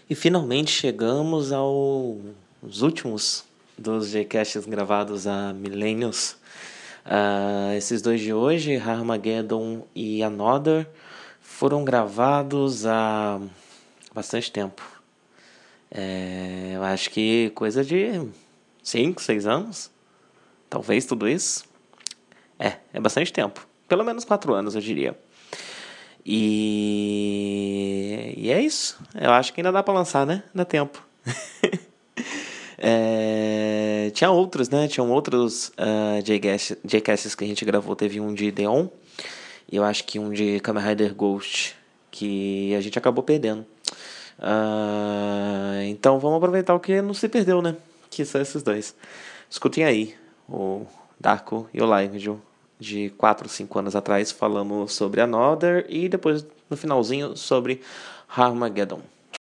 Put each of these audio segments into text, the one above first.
E finalmente chegamos aos últimos dos Gcasts gravados há milênios. Esses dois de hoje, Armageddon e Another, foram gravados há bastante tempo. Eu acho que coisa de 5, 6 anos. Talvez tudo isso. É bastante tempo. Pelo menos 4 anos, eu diria. E é isso. Eu acho que ainda dá pra lançar, né? Dá tempo. Tinha outros, né? Tinham outros Jcasts que a gente gravou. Teve um de Deon e eu acho que um de Kamen Rider Ghost, que a gente acabou perdendo. Então vamos aproveitar o que não se perdeu, né? Que são esses dois. Escutem aí o Darko e o Live de 4, 5 anos atrás, falamos sobre Another e depois no finalzinho sobre Armageddon.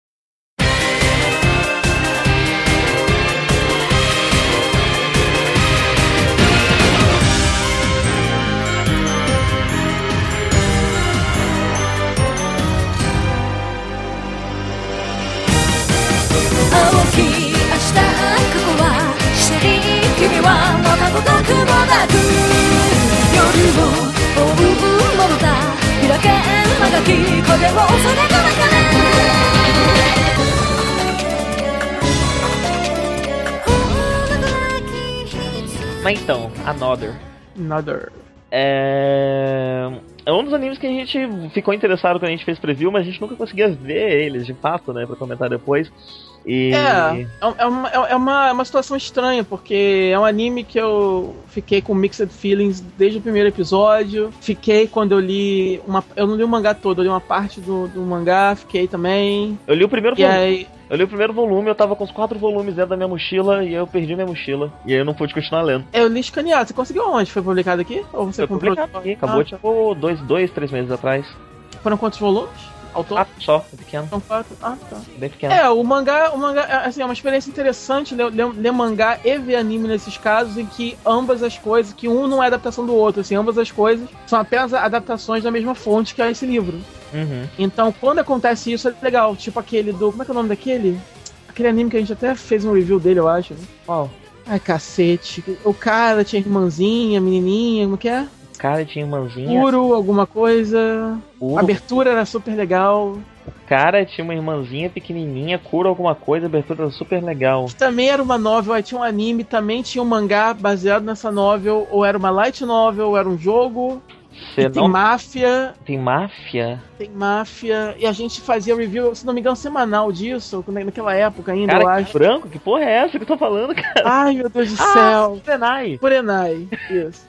Mas então, Another é um dos animes que a gente ficou interessado quando a gente fez preview, mas a gente nunca conseguia ver eles de fato, né, pra comentar depois. É uma situação estranha, porque é um anime que eu fiquei com mixed feelings desde o primeiro episódio. Fiquei quando eu li eu não li o mangá todo, eu li uma parte do mangá, fiquei também. Eu li o primeiro volume. Eu li o primeiro volume, eu tava com os 4 volumes dentro da minha mochila e eu perdi minha mochila. E aí eu não pude continuar lendo. Eu li escaneado. Você conseguiu onde? Foi publicado aqui? Ou você comprou? Publicado aqui, acabou tipo 3 meses atrás. Foram quantos volumes? Autor? 4 só, é pequeno. São 4? Ah, tá. Bem pequeno. O mangá assim, é uma experiência interessante ler mangá e ver anime nesses casos em que ambas as coisas, que um não é adaptação do outro, assim, ambas as coisas são apenas adaptações da mesma fonte que é esse livro. Uhum. Então, quando acontece isso, é legal. Tipo aquele do... Como é que é o nome daquele? Aquele anime que a gente até fez um review dele, eu acho. Qual? Ai, cacete. O cara tinha irmãzinha, menininha, como que é? O cara tinha irmãzinha. Puro, alguma coisa. A abertura era super legal. O cara tinha uma irmãzinha pequenininha, cura alguma coisa, a abertura era super legal. Também era uma novel, aí tinha um anime, também tinha um mangá baseado nessa novel, ou era uma light novel, ou era um jogo. Tem máfia. Tem máfia? Tem máfia. E a gente fazia review, se não me engano, semanal disso, naquela época ainda, cara, eu acho. Branco? Que porra é essa que eu tô falando, cara? Ai, meu Deus do céu. Kurenai, isso.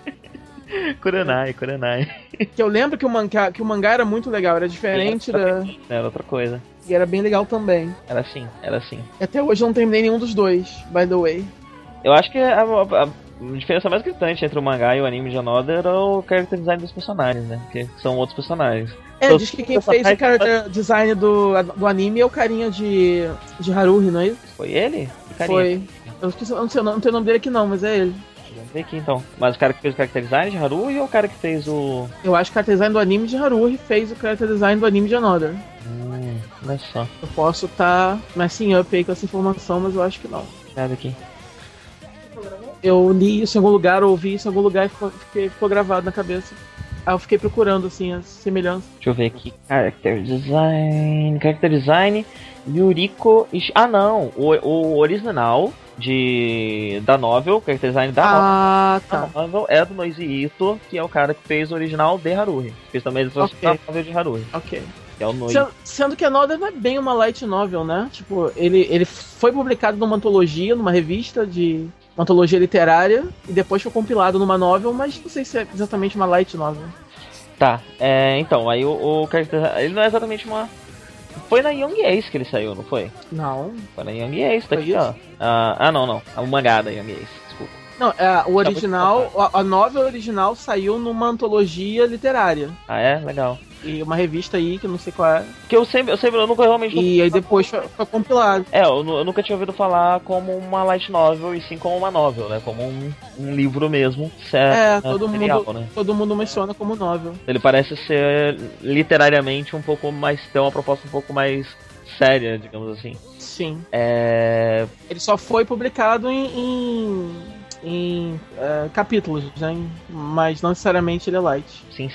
Kurenai. Que eu lembro que o mangá era muito legal, era diferente Era outra coisa. E era bem legal também. Era assim. E até hoje eu não terminei nenhum dos dois, by the way. Eu acho que a diferença mais gritante entre o mangá e o anime de Another era o character design dos personagens, né? Porque são outros personagens. Diz que quem fez o character design do anime é o carinha de Haruhi, não é isso? Foi ele? Foi. Eu não sei o nome dele aqui não, mas é ele. Vamos ver aqui então. Mas o cara que fez o character design de Haruhi ou o cara que fez o... Eu acho que o character design do anime de Haruhi fez o character design do anime de Another. Olha só. Eu posso estar messing up aí com essa informação, mas eu acho que não. Nada aqui. Eu li isso em algum lugar, ouvi isso em algum lugar e ficou gravado na cabeça. Aí eu fiquei procurando, assim, as semelhanças. Deixa eu ver aqui. Character design, Yuriko... não! O original da novel, character design da novel é do Noise Ito, que é o cara que fez o original de Haruhi. Fez também a novel de Haruhi. Ok. Que é o Sendo que a Another não é bem uma light novel, né? Tipo, ele foi publicado numa antologia, numa revista de... Uma antologia literária, e depois foi compilado numa novel, mas não sei se é exatamente uma light novel. Tá, então, aí o character... Ele não é exatamente uma... Foi na Young Ace que ele saiu, não foi? Não. Foi na Young Ace, tá aqui, ó. Não. O mangá da Young Ace, desculpa. Não, o original, a novel original saiu numa antologia literária. Ah, é? Legal. E uma revista aí, que eu não sei qual é. Que eu nunca realmente... E aí depois foi compilado. Eu nunca tinha ouvido falar como uma light novel, e sim como uma novel, né? Como um livro mesmo. Todo mundo menciona como novel. Ele parece ser literariamente um pouco mais... Ter uma proposta um pouco mais séria, digamos assim. Sim. Ele só foi publicado em capítulos, né? Mas não necessariamente ele é light. Sim.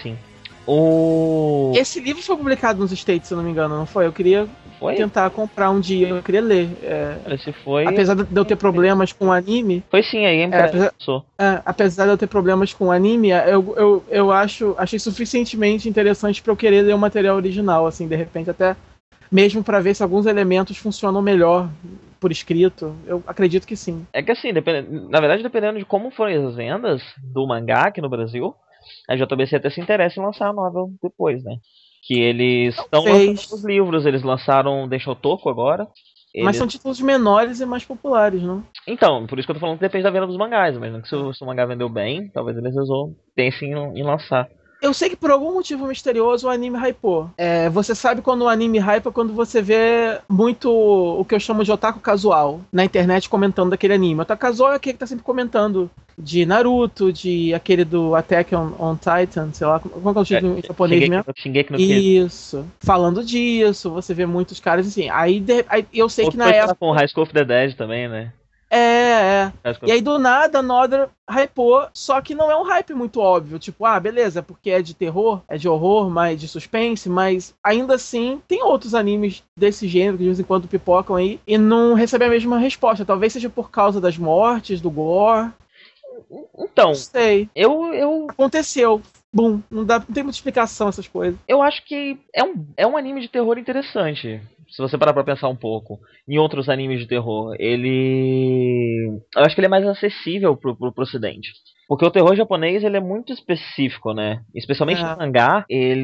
Esse livro foi publicado nos States, se eu não me engano, não foi? Eu queria tentar comprar um dia, eu queria ler. Esse foi... Apesar de eu ter problemas com o anime... Foi sim, aí apesar de eu ter problemas com o anime, eu achei suficientemente interessante pra eu querer ler o material original, assim, de repente, até mesmo pra ver se alguns elementos funcionam melhor por escrito. Eu acredito que sim. É que assim, na verdade, dependendo de como forem as vendas do mangá aqui no Brasil, a JBC até se interessa em lançar a novel depois, né? Que eles estão lançando os livros, eles lançaram Deixa o Toco agora. Mas são títulos menores e mais populares, não? Então, por isso que eu tô falando que depende da venda dos mangás. Mas se o mangá vendeu bem, talvez eles pensem em lançar. Eu sei que por algum motivo misterioso o anime hypou. Você sabe quando o anime hypa quando você vê muito o que eu chamo de otaku casual na internet comentando daquele anime. Otaku casual é aquele que tá sempre comentando de Naruto, de aquele do Attack on Titan, sei lá, como é o título em japonês mesmo? Shingeki no Isso. Falando disso, você vê muitos caras assim. Aí eu sei que na época... com High School of the Dead também, né? E aí do nada a Nodra hypou, só que não é um hype muito óbvio, tipo, beleza, porque é de terror, é de horror, mas de suspense, mas ainda assim tem outros animes desse gênero que de vez em quando pipocam aí e não recebem a mesma resposta, talvez seja por causa das mortes, do gore. Então, não sei. Aconteceu. Bum, não tem muita explicação essas coisas. Eu acho que é um anime de terror interessante. Se você parar pra pensar um pouco em outros animes de terror, eu acho que ele é mais acessível pro ocidente. Porque o terror japonês, ele é muito específico, né? Especialmente no mangá,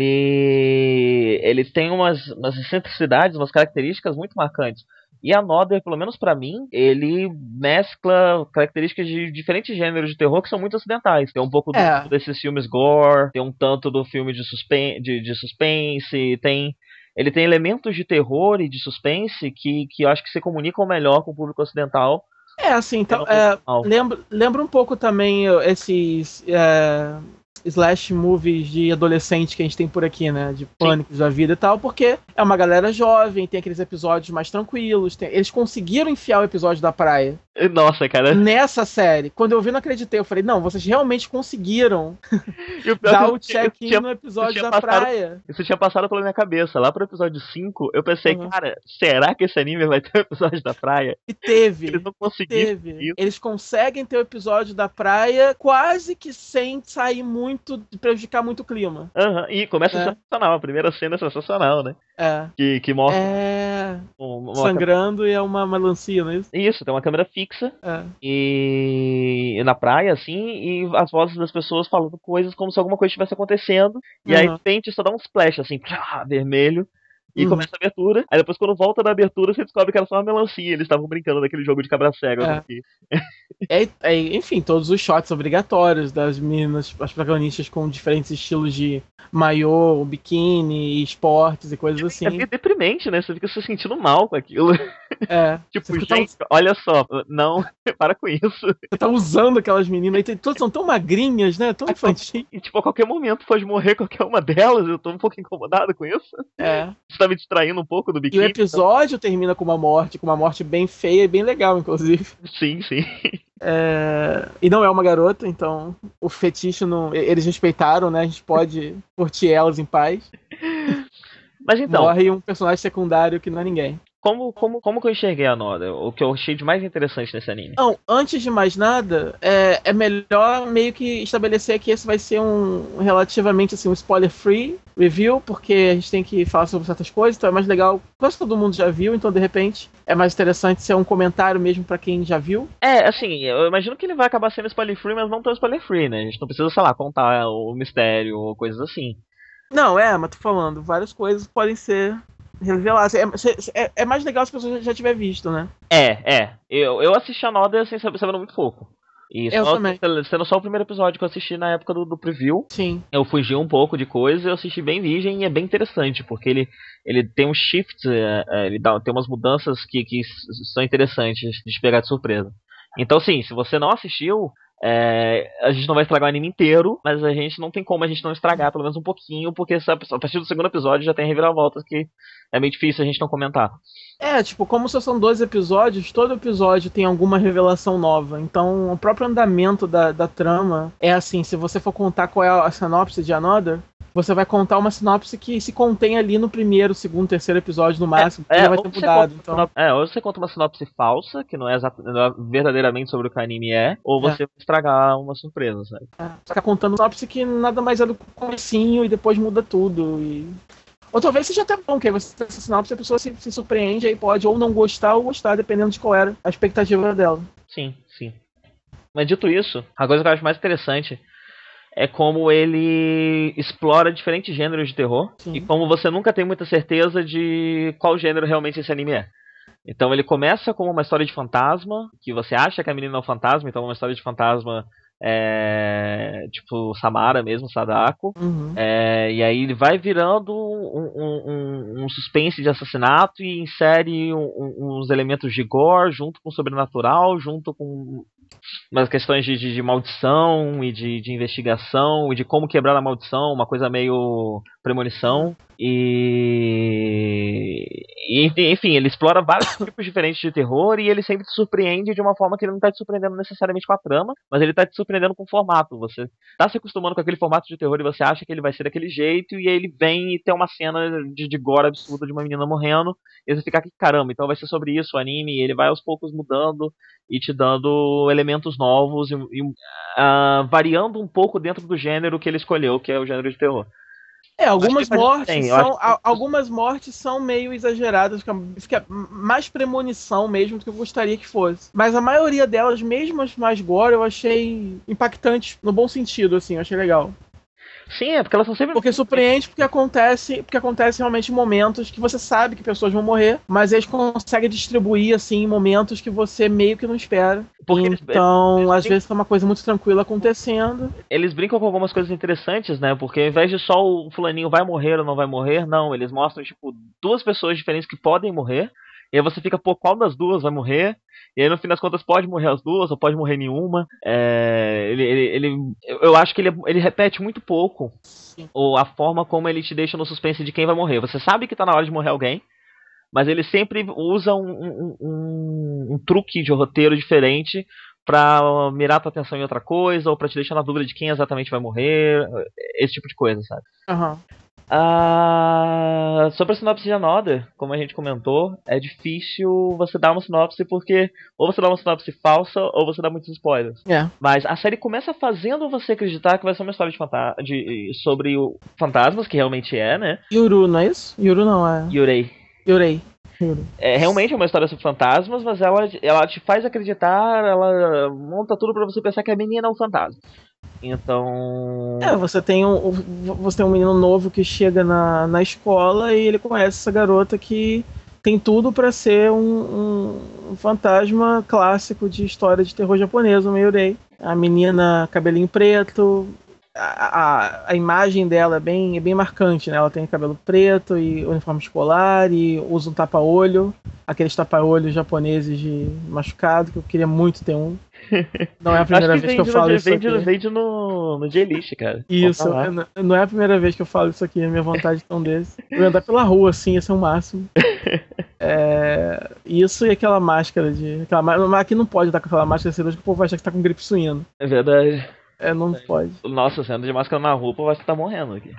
ele tem umas excentricidades, umas características muito marcantes. E a Nodder, pelo menos pra mim, ele mescla características de diferentes gêneros de terror que são muito ocidentais. Tem um pouco desses filmes gore, tem um tanto do filme de suspense, ele tem elementos de terror e de suspense que eu acho que se comunicam melhor com o público ocidental. Assim, então, lembra um pouco também esses slash movies de adolescente que a gente tem por aqui, né? De pânicos da vida e tal, porque é uma galera jovem, tem aqueles episódios mais tranquilos. Eles conseguiram enfiar o episódio da praia. Nossa, cara. Nessa série. Quando eu vi, não acreditei. Eu falei, não, vocês realmente conseguiram dar o check-in no episódio da praia. Isso tinha passado pela minha cabeça. Lá pro episódio 5, eu pensei, cara, será que esse anime vai ter o episódio da praia? E teve. Eles não conseguiram. Eles conseguem ter o episódio da praia quase que sem sair muito, prejudicar muito o clima. E começa sensacional. A primeira cena é sensacional, né? Que mostra... sangrando e é uma melancia, não é isso? Isso, tem uma câmera fixa. E na praia, assim, e as vozes das pessoas falando coisas como se alguma coisa estivesse acontecendo. E aí, de repente, só dá um splash, assim, vermelho. E começa a abertura. Aí depois, quando volta da abertura, você descobre que era só uma melancia. Eles estavam brincando daquele jogo de cabra cega. Aqui. Enfim, todos os shots obrigatórios das meninas, as protagonistas com diferentes estilos de maiô, biquíni, esportes e coisas assim. É meio deprimente, né? Você fica se sentindo mal com aquilo. Tipo, gente, olha só, não, para com isso. Você tá usando aquelas meninas aí, todas são tão magrinhas, né? Tão infantis. E tipo, a qualquer momento pode morrer qualquer uma delas, eu tô um pouco incomodado com isso. Você tá me distraindo um pouco do biquíni. E o episódio termina com uma morte bem feia e bem legal, inclusive. Sim. E não é uma garota, então o fetiche eles respeitaram, né? A gente pode curtir elas em paz. Mas então... Morre um personagem secundário que não é ninguém. Como que eu enxerguei a Nodder? O que eu achei de mais interessante nesse anime? Não, antes de mais nada, é melhor meio que estabelecer que esse vai ser um relativamente assim, um spoiler-free review, porque a gente tem que falar sobre certas coisas, então é mais legal. Quase todo mundo já viu, então de repente é mais interessante ser um comentário mesmo pra quem já viu. Assim, eu imagino que ele vai acabar sendo spoiler-free, mas não tão spoiler-free, né? A gente não precisa, sei lá, contar o mistério ou coisas assim. Não, mas tô falando, várias coisas podem ser revelar. É mais legal se a pessoa já tiver visto, né? Eu assisti a Nodder assim, sabendo muito pouco. E também. Sendo só o primeiro episódio que eu assisti na época do preview. Sim. Eu fugi um pouco de coisa, eu assisti bem virgem e é bem interessante, porque ele tem um shift, tem umas mudanças que são interessantes de te pegar de surpresa. Então, sim, se você não assistiu, A gente não vai estragar o anime inteiro, mas a gente não tem como a gente não estragar pelo menos um pouquinho, porque a partir do segundo episódio já tem reviravoltas que é meio difícil a gente não comentar. Tipo, como só são 12 episódios, todo episódio tem alguma revelação nova. Então, o próprio andamento da trama é assim, se você for contar qual é a sinopse de Another, você vai contar uma sinopse que se contém ali no primeiro, segundo, terceiro episódio no máximo, já vai ter mudado. Então... ou você conta uma sinopse falsa, que não é verdadeiramente sobre o que o anime ou você vai estragar uma surpresa, sabe? Você tá contando sinopse que nada mais é do que o comecinho e depois muda tudo. Ou talvez seja até bom, que aí você tem essa sinopse e a pessoa se surpreende, aí pode ou não gostar ou gostar, dependendo de qual era a expectativa dela. Sim. Mas dito isso, a coisa que eu acho mais interessante é como ele explora diferentes gêneros de terror. Sim. E como você nunca tem muita certeza de qual gênero realmente esse anime é. Então ele começa com uma história de fantasma, que você acha que a menina é um fantasma, então é uma história de fantasma tipo Samara mesmo, Sadako. Uhum. E aí ele vai virando um suspense de assassinato e insere uns elementos de gore junto com o sobrenatural, junto com umas questões de maldição e de investigação e de como quebrar a maldição, uma coisa meio premonição. Enfim, ele explora vários tipos diferentes de terror e ele sempre te surpreende de uma forma que ele não está te surpreendendo necessariamente com a trama, mas ele está te surpreendendo com o formato. Você está se acostumando com aquele formato de terror e você acha que ele vai ser daquele jeito, e aí ele vem e tem uma cena de gore absurda de uma menina morrendo, e você fica aqui, caramba, então vai ser sobre isso o anime, e ele vai aos poucos mudando e te dando elementos novos e variando um pouco dentro do gênero que ele escolheu, que é o gênero de terror. Algumas mortes são meio exageradas, fica mais premonição mesmo do que eu gostaria que fosse. Mas a maioria delas, mesmo as mais gore, eu achei impactantes no bom sentido, assim, eu achei legal. Sim, porque elas são sempre... Porque surpreende, porque acontece realmente momentos que você sabe que pessoas vão morrer, mas eles conseguem distribuir, assim, momentos que você meio que não espera. Então, às vezes é uma coisa muito tranquila acontecendo. Eles brincam com algumas coisas interessantes, né? Porque ao invés de só o fulaninho vai morrer ou não vai morrer, não, eles mostram, tipo, duas pessoas diferentes que podem morrer, e aí você fica, pô, qual das duas vai morrer? E aí no fim das contas pode morrer as duas, ou pode morrer nenhuma. Eu acho que ele repete muito pouco a forma como ele te deixa no suspense de quem vai morrer. Você sabe que tá na hora de morrer alguém, mas ele sempre usa um truque de roteiro diferente pra mirar tua atenção em outra coisa, ou pra te deixar na dúvida de quem exatamente vai morrer, esse tipo de coisa, sabe? Aham. Sobre a sinopse de Another, como a gente comentou, é difícil você dar uma sinopse porque ou você dá uma sinopse falsa ou você dá muitos spoilers. Mas a série começa fazendo você acreditar que vai ser uma história sobre fantasmas, que realmente é, né? Yuru, não é isso? Yuru não é. Yurei. É realmente uma história sobre fantasmas, mas ela te faz acreditar, ela monta tudo pra você pensar que a menina é um fantasma. Então... Você tem um menino novo que chega na escola e ele conhece essa garota que tem tudo pra ser um fantasma clássico de história de terror japonês, o Meiyurei. A menina, cabelinho preto, a imagem dela é bem marcante, né? Ela tem cabelo preto e uniforme escolar e usa um tapa-olho, aqueles tapa-olhos japoneses de machucado, que eu queria muito ter um. Não é a primeira vez que eu falo isso aqui. Vende no J-List, cara. Isso, não é a primeira vez que eu falo isso aqui, a minha vontade é tão desse. Eu ia andar pela rua assim, esse é o máximo. Isso e aquela máscara mas aqui não pode estar com aquela máscara cirúrgica, o povo vai achar que tá com gripe suína. É verdade. Não pode. Nossa, você anda de máscara na rua, vai estar morrendo aqui.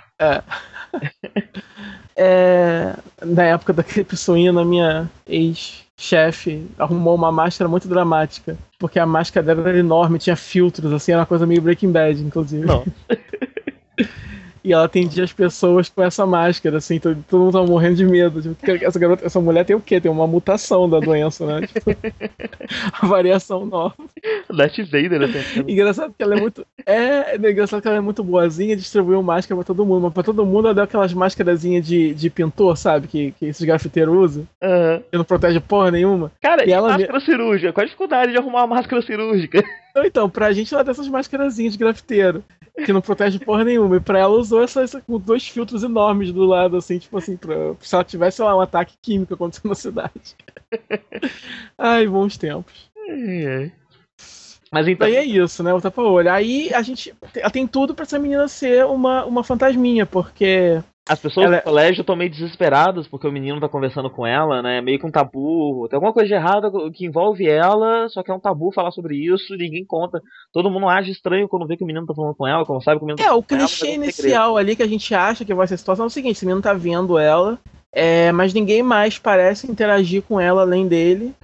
Na época da gripe suína, minha ex-chefe arrumou uma máscara muito dramática. Porque a máscara dela era enorme, tinha filtros, assim, era uma coisa meio Breaking Bad, inclusive. Não. E ela atendia as pessoas com essa máscara, assim, todo mundo tava morrendo de medo. Tipo, essa mulher tem o quê? Tem uma mutação da doença, né? Tipo, a variação nova. Darth Vader, né? Engraçado que ela é muito. Engraçado que ela é muito boazinha, distribuiu máscara pra todo mundo, mas pra todo mundo ela deu aquelas máscarazinhas de pintor, sabe? Que esses grafiteiros usam. Que não protege porra nenhuma. Cara, e máscara cirúrgica? Qual a dificuldade de arrumar uma máscara cirúrgica? Então, pra gente ela tem essas máscarazinhas de grafiteiro, que não protege porra nenhuma. E pra ela usou essa com dois filtros enormes do lado, assim, tipo assim, se ela tivesse lá um ataque químico acontecendo na cidade. Ai, bons tempos. Mas então... Aí é isso, né? O tapa-olho. Aí ela tem tudo pra essa menina ser uma fantasminha, porque... As pessoas do colégio estão meio desesperadas porque o menino tá conversando com ela, né? Meio que um tabu. Tem alguma coisa de errada que envolve ela, só que é um tabu falar sobre isso, ninguém conta. Todo mundo age estranho quando vê que o menino tá falando com ela, quando sabe que o menino tá falando com ela. O clichê inicial ali que a gente acha que vai ser a situação é o seguinte: esse menino tá vendo ela, mas ninguém mais parece interagir com ela além dele.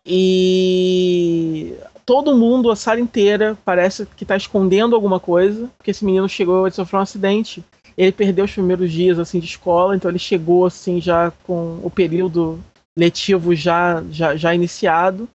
E todo mundo, a sala inteira, parece que tá escondendo alguma coisa, porque esse menino chegou, ele sofreu um acidente. Ele perdeu os primeiros dias assim de escola, então ele chegou assim já com o período letivo já iniciado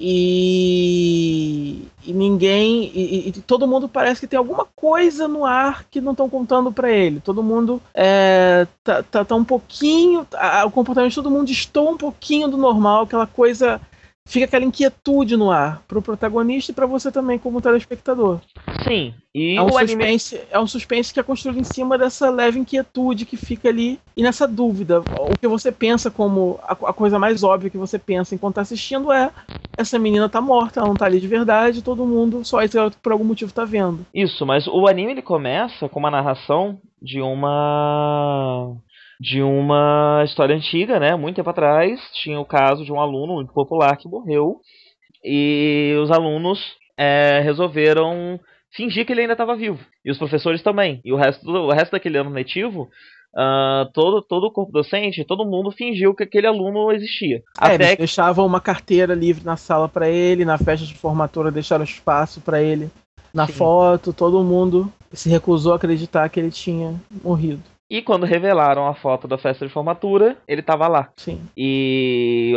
e ninguém e todo mundo parece que tem alguma coisa no ar que não estão contando para ele. Todo mundo tá um pouquinho, o comportamento de todo mundo destoa um pouquinho do normal, aquela coisa. Fica aquela inquietude no ar pro protagonista e pra você também como telespectador. Sim, e é um suspense que é construído em cima dessa leve inquietude que fica ali e nessa dúvida. O que você pensa como a coisa mais óbvia que você pensa enquanto tá assistindo é: essa menina tá morta, ela não tá ali de verdade, todo mundo só por algum motivo tá vendo. Isso, mas o anime ele começa com uma narração de uma história antiga, né? Muito tempo atrás, tinha o caso de um aluno muito popular que morreu e os alunos resolveram fingir que ele ainda estava vivo. E os professores também. E o resto daquele ano letivo, todo o corpo docente, todo mundo fingiu que aquele aluno existia. Eles deixavam uma carteira livre na sala para ele, na festa de formatura deixaram espaço para ele na Sim. foto, todo mundo se recusou a acreditar que ele tinha morrido. E quando revelaram a foto da festa de formatura, ele tava lá. Sim. E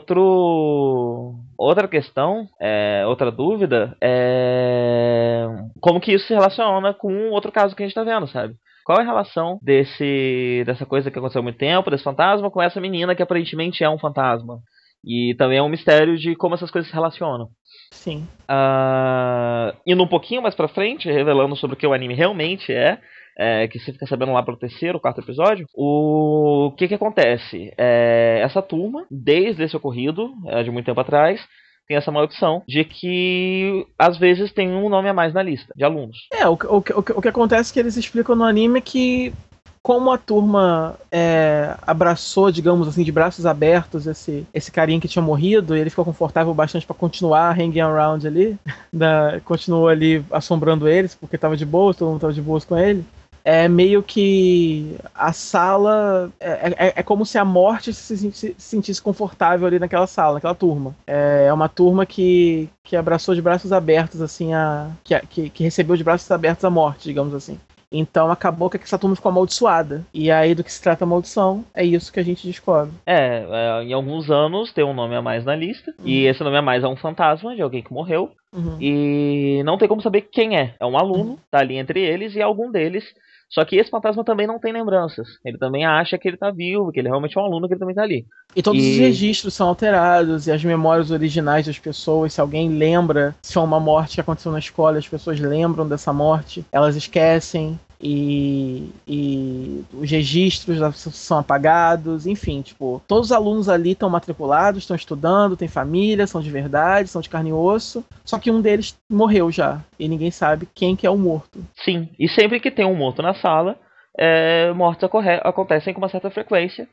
outra questão, outra dúvida, é como que isso se relaciona com outro caso que a gente tá vendo, sabe? Qual é a relação dessa coisa que aconteceu há muito tempo, desse fantasma, com essa menina que aparentemente é um fantasma? E também é um mistério de como essas coisas se relacionam. Sim. Indo um pouquinho mais pra frente, revelando sobre o que o anime realmente que você fica sabendo lá pelo terceiro, quarto episódio, o que acontece? Essa turma, desde esse ocorrido, de muito tempo atrás, tem essa maldição de que às vezes tem um nome a mais na lista de alunos. O que acontece é que eles explicam no anime que como a turma abraçou, digamos assim, de braços abertos esse carinha que tinha morrido, e ele ficou confortável bastante para continuar hanging around ali, continuou ali assombrando eles, porque estava de boa, todo mundo estava de boas com ele. Meio que a sala é como se a morte se sentisse confortável ali naquela sala, naquela turma. É uma turma que abraçou de braços abertos, assim, que recebeu de braços abertos a morte, digamos assim. Então acabou que essa turma ficou amaldiçoada. E aí do que se trata a maldição, é isso que a gente descobre. Em alguns anos tem um nome a mais na lista. E esse nome a mais é um fantasma de alguém que morreu. E não tem como saber quem é. É um aluno, tá ali entre eles e algum deles. Só que esse fantasma também não tem lembranças. Ele também acha que ele tá vivo, que ele realmente é um aluno, que ele também tá ali. E todos os registros são alterados, e as memórias originais das pessoas, se alguém lembra, se foi uma morte que aconteceu na escola, as pessoas lembram dessa morte, elas esquecem. E os registros são apagados, enfim, tipo, todos os alunos ali estão matriculados, estão estudando, têm família, são de verdade, são de carne e osso, só que um deles morreu já, e ninguém sabe quem que é o morto. Sim, e sempre que tem um morto na sala, mortes acontecem com uma certa frequência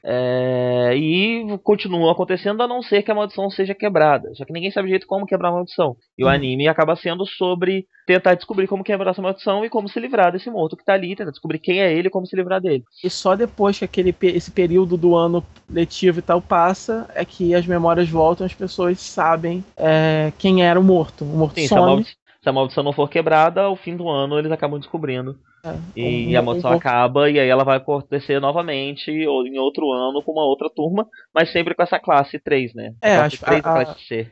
e continuam acontecendo a não ser que a maldição seja quebrada. Só que ninguém sabe direito como quebrar a maldição. E o anime acaba sendo sobre tentar descobrir como quebrar essa maldição e como se livrar desse morto que tá ali, tentar descobrir quem é ele e como se livrar dele. E só depois que esse período do ano letivo e tal passa, é que as memórias voltam, as pessoas sabem quem era o morto. O morto some. Se a maldição não for quebrada, ao fim do ano eles acabam descobrindo. E a maldição acaba, e aí ela vai acontecer novamente, ou em outro ano, com uma outra turma, mas sempre com essa classe 3, né? Classe 3 e classe C.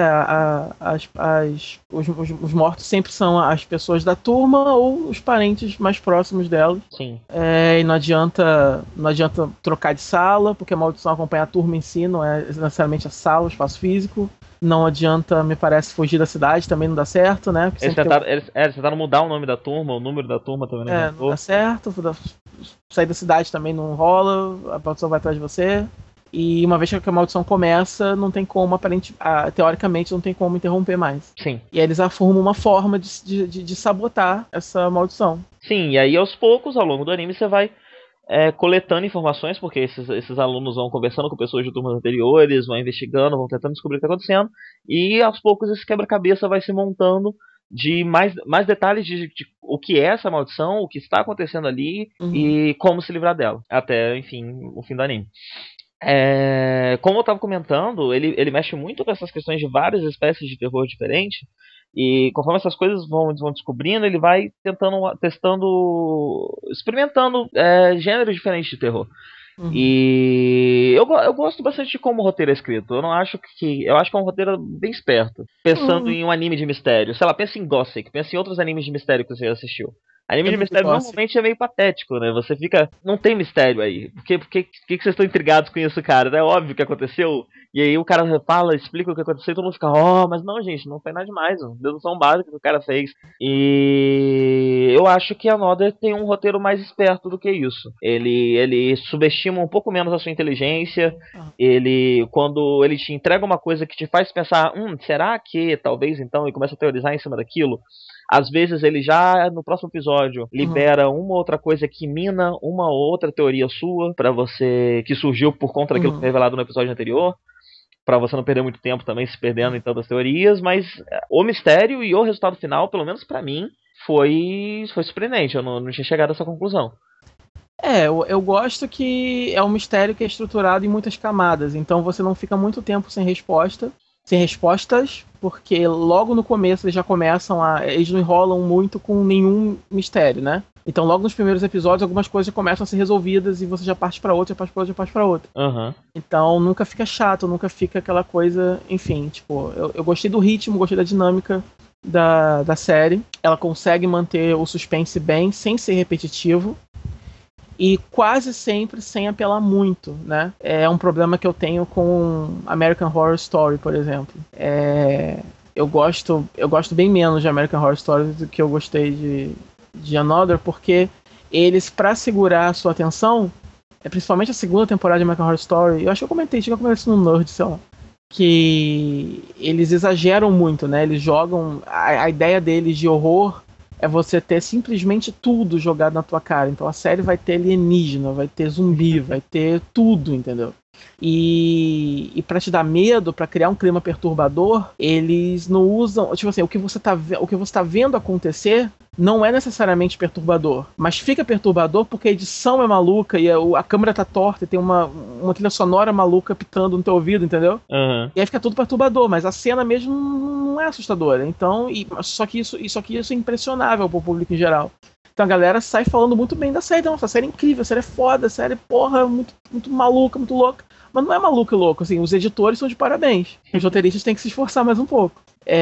Os mortos sempre são as pessoas da turma ou os parentes mais próximos delas. Sim. E não adianta trocar de sala, porque a maldição acompanha a turma em si, não é necessariamente a sala, o espaço físico. Não adianta, me parece, fugir da cidade, também não dá certo, né? Eles tentaram mudar o nome da turma, o número da turma também não dá certo. Sair da cidade também não rola, a maldição vai atrás de você. E uma vez que a maldição começa, não tem como, teoricamente, não tem como interromper mais. Sim. E aí eles arrumam uma forma de sabotar essa maldição. Sim, e aí aos poucos, ao longo do anime, você vai coletando informações, porque esses alunos vão conversando com pessoas de turmas anteriores, vão investigando, vão tentando descobrir o que está acontecendo, e aos poucos esse quebra-cabeça vai se montando de mais detalhes de o que é essa maldição, o que está acontecendo ali e como se livrar dela, até, enfim, o fim do anime. Como eu estava comentando, ele mexe muito com essas questões de várias espécies de terror diferentes. E conforme essas coisas vão descobrindo, ele vai experimentando gêneros diferentes de terror. E eu gosto bastante de como o roteiro é escrito. Eu acho que é um roteiro bem esperto. Pensando em um anime de mistério. Sei lá, pensa em Gothic, pensa em outros animes de mistério que você já assistiu. Anime de mistério normalmente é meio patético, né? Você fica... Não tem mistério aí. Por que vocês estão intrigados com isso, cara? É óbvio que aconteceu. E aí o cara fala, explica o que aconteceu e todo mundo fica... mas não, gente, não foi nada demais. Dedução básica que o cara fez. E eu acho que a Another tem um roteiro mais esperto do que isso. Ele subestima um pouco menos a sua inteligência. Quando ele te entrega uma coisa que te faz pensar... será que talvez então? E começa a teorizar em cima daquilo... Às vezes ele já, no próximo episódio, libera uma outra coisa que mina uma outra teoria sua, pra você, que surgiu por conta daquilo que foi revelado no episódio anterior, pra você não perder muito tempo também se perdendo em tantas teorias, mas o mistério e o resultado final, pelo menos pra mim, foi surpreendente, eu não tinha chegado a essa conclusão. Eu gosto que é um mistério que é estruturado em muitas camadas, então você não fica muito tempo sem respostas, porque logo no começo eles já começam eles não enrolam muito com nenhum mistério, né? Então logo nos primeiros episódios algumas coisas já começam a ser resolvidas e você já parte pra outra, Então nunca fica chato, nunca fica aquela coisa, enfim, tipo, eu gostei do ritmo, gostei da dinâmica da série. Ela consegue manter o suspense bem, sem ser repetitivo. E quase sempre sem apelar muito, né? É um problema que eu tenho com American Horror Story, por exemplo. Eu gosto bem menos de American Horror Story do que eu gostei de Another, porque eles, pra segurar a sua atenção, principalmente a segunda temporada de American Horror Story, eu acho que eu comentei isso no Nerd, sei lá, que eles exageram muito, né? Eles jogam... A ideia deles de horror é você ter simplesmente tudo jogado na tua cara. Então a série vai ter alienígena, vai ter zumbi, vai ter tudo, entendeu? E pra te dar medo, pra criar um clima perturbador, eles não usam... Tipo assim, o que você tá vendo acontecer não é necessariamente perturbador, mas fica perturbador porque a edição é maluca e a câmera tá torta e tem uma trilha sonora maluca pitando no teu ouvido, entendeu? E aí fica tudo perturbador, mas a cena mesmo não é assustadora. Então, só que isso é impressionável pro público em geral. Então a galera sai falando muito bem da série. Nossa, a série é incrível, a série é foda, a série, porra, muito, muito maluca, muito louca. Mas não é maluco e louco, assim, os editores são de parabéns. Os roteiristas têm que se esforçar mais um pouco.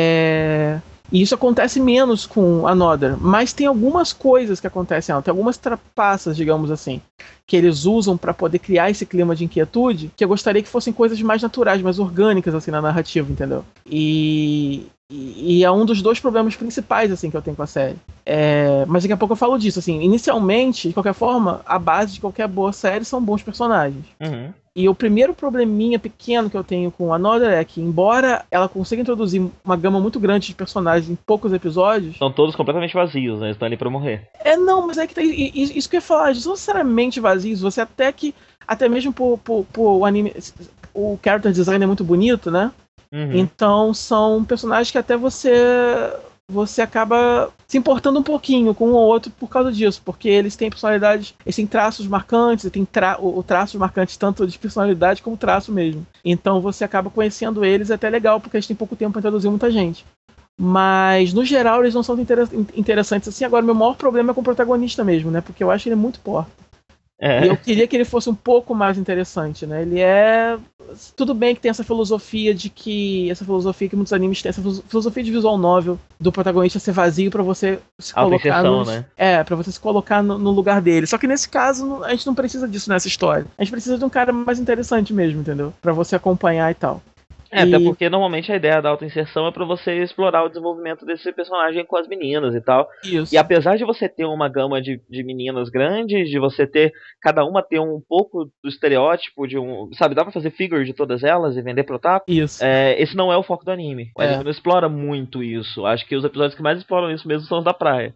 E isso acontece menos com Another, mas tem algumas coisas que acontecem, tem algumas trapaças, digamos assim, que eles usam para poder criar esse clima de inquietude, que eu gostaria que fossem coisas mais naturais, mais orgânicas, assim, na narrativa, entendeu? E é um dos dois problemas principais, assim, que eu tenho com a série. Mas daqui a pouco eu falo disso, assim, inicialmente, de qualquer forma, a base de qualquer boa série são bons personagens. E o primeiro probleminha pequeno que eu tenho com Another é que, embora ela consiga introduzir uma gama muito grande de personagens em poucos episódios... São todos completamente vazios, né? Eles estão ali pra morrer. Não, mas é que tá, isso que eu ia falar, eles não necessariamente vazios, você até mesmo por anime, o character design é muito bonito, né? Então são personagens que até você acaba se importando um pouquinho com um ou outro por causa disso, porque eles têm personalidades, eles têm traços marcantes, tem traços marcantes tanto de personalidade como traço mesmo. Então você acaba conhecendo eles, é até legal, porque eles têm pouco tempo para introduzir muita gente. Mas, no geral, eles não são interessantes assim. Agora, meu maior problema é com o protagonista mesmo, né? Porque eu acho ele muito porco. E eu queria que ele fosse um pouco mais interessante, né? Ele é... Tudo bem que tem essa filosofia que muitos animes têm, essa filosofia de visual novel, do protagonista ser vazio pra você se colocar pra você se colocar no lugar dele. Só que nesse caso, a gente não precisa disso nessa história. A gente precisa de um cara mais interessante mesmo, entendeu? Pra você acompanhar e tal. Até porque normalmente a ideia da autoinserção é pra você explorar o desenvolvimento desse personagem com as meninas e tal. Isso. E apesar de você ter uma gama de meninas grandes, de você ter cada uma ter um pouco do estereótipo de um. Sabe, dá pra fazer figure de todas elas e vender pro otaku? Isso. Esse não é o foco do anime. O anime não explora muito isso. Acho que os episódios que mais exploram isso mesmo são os da praia.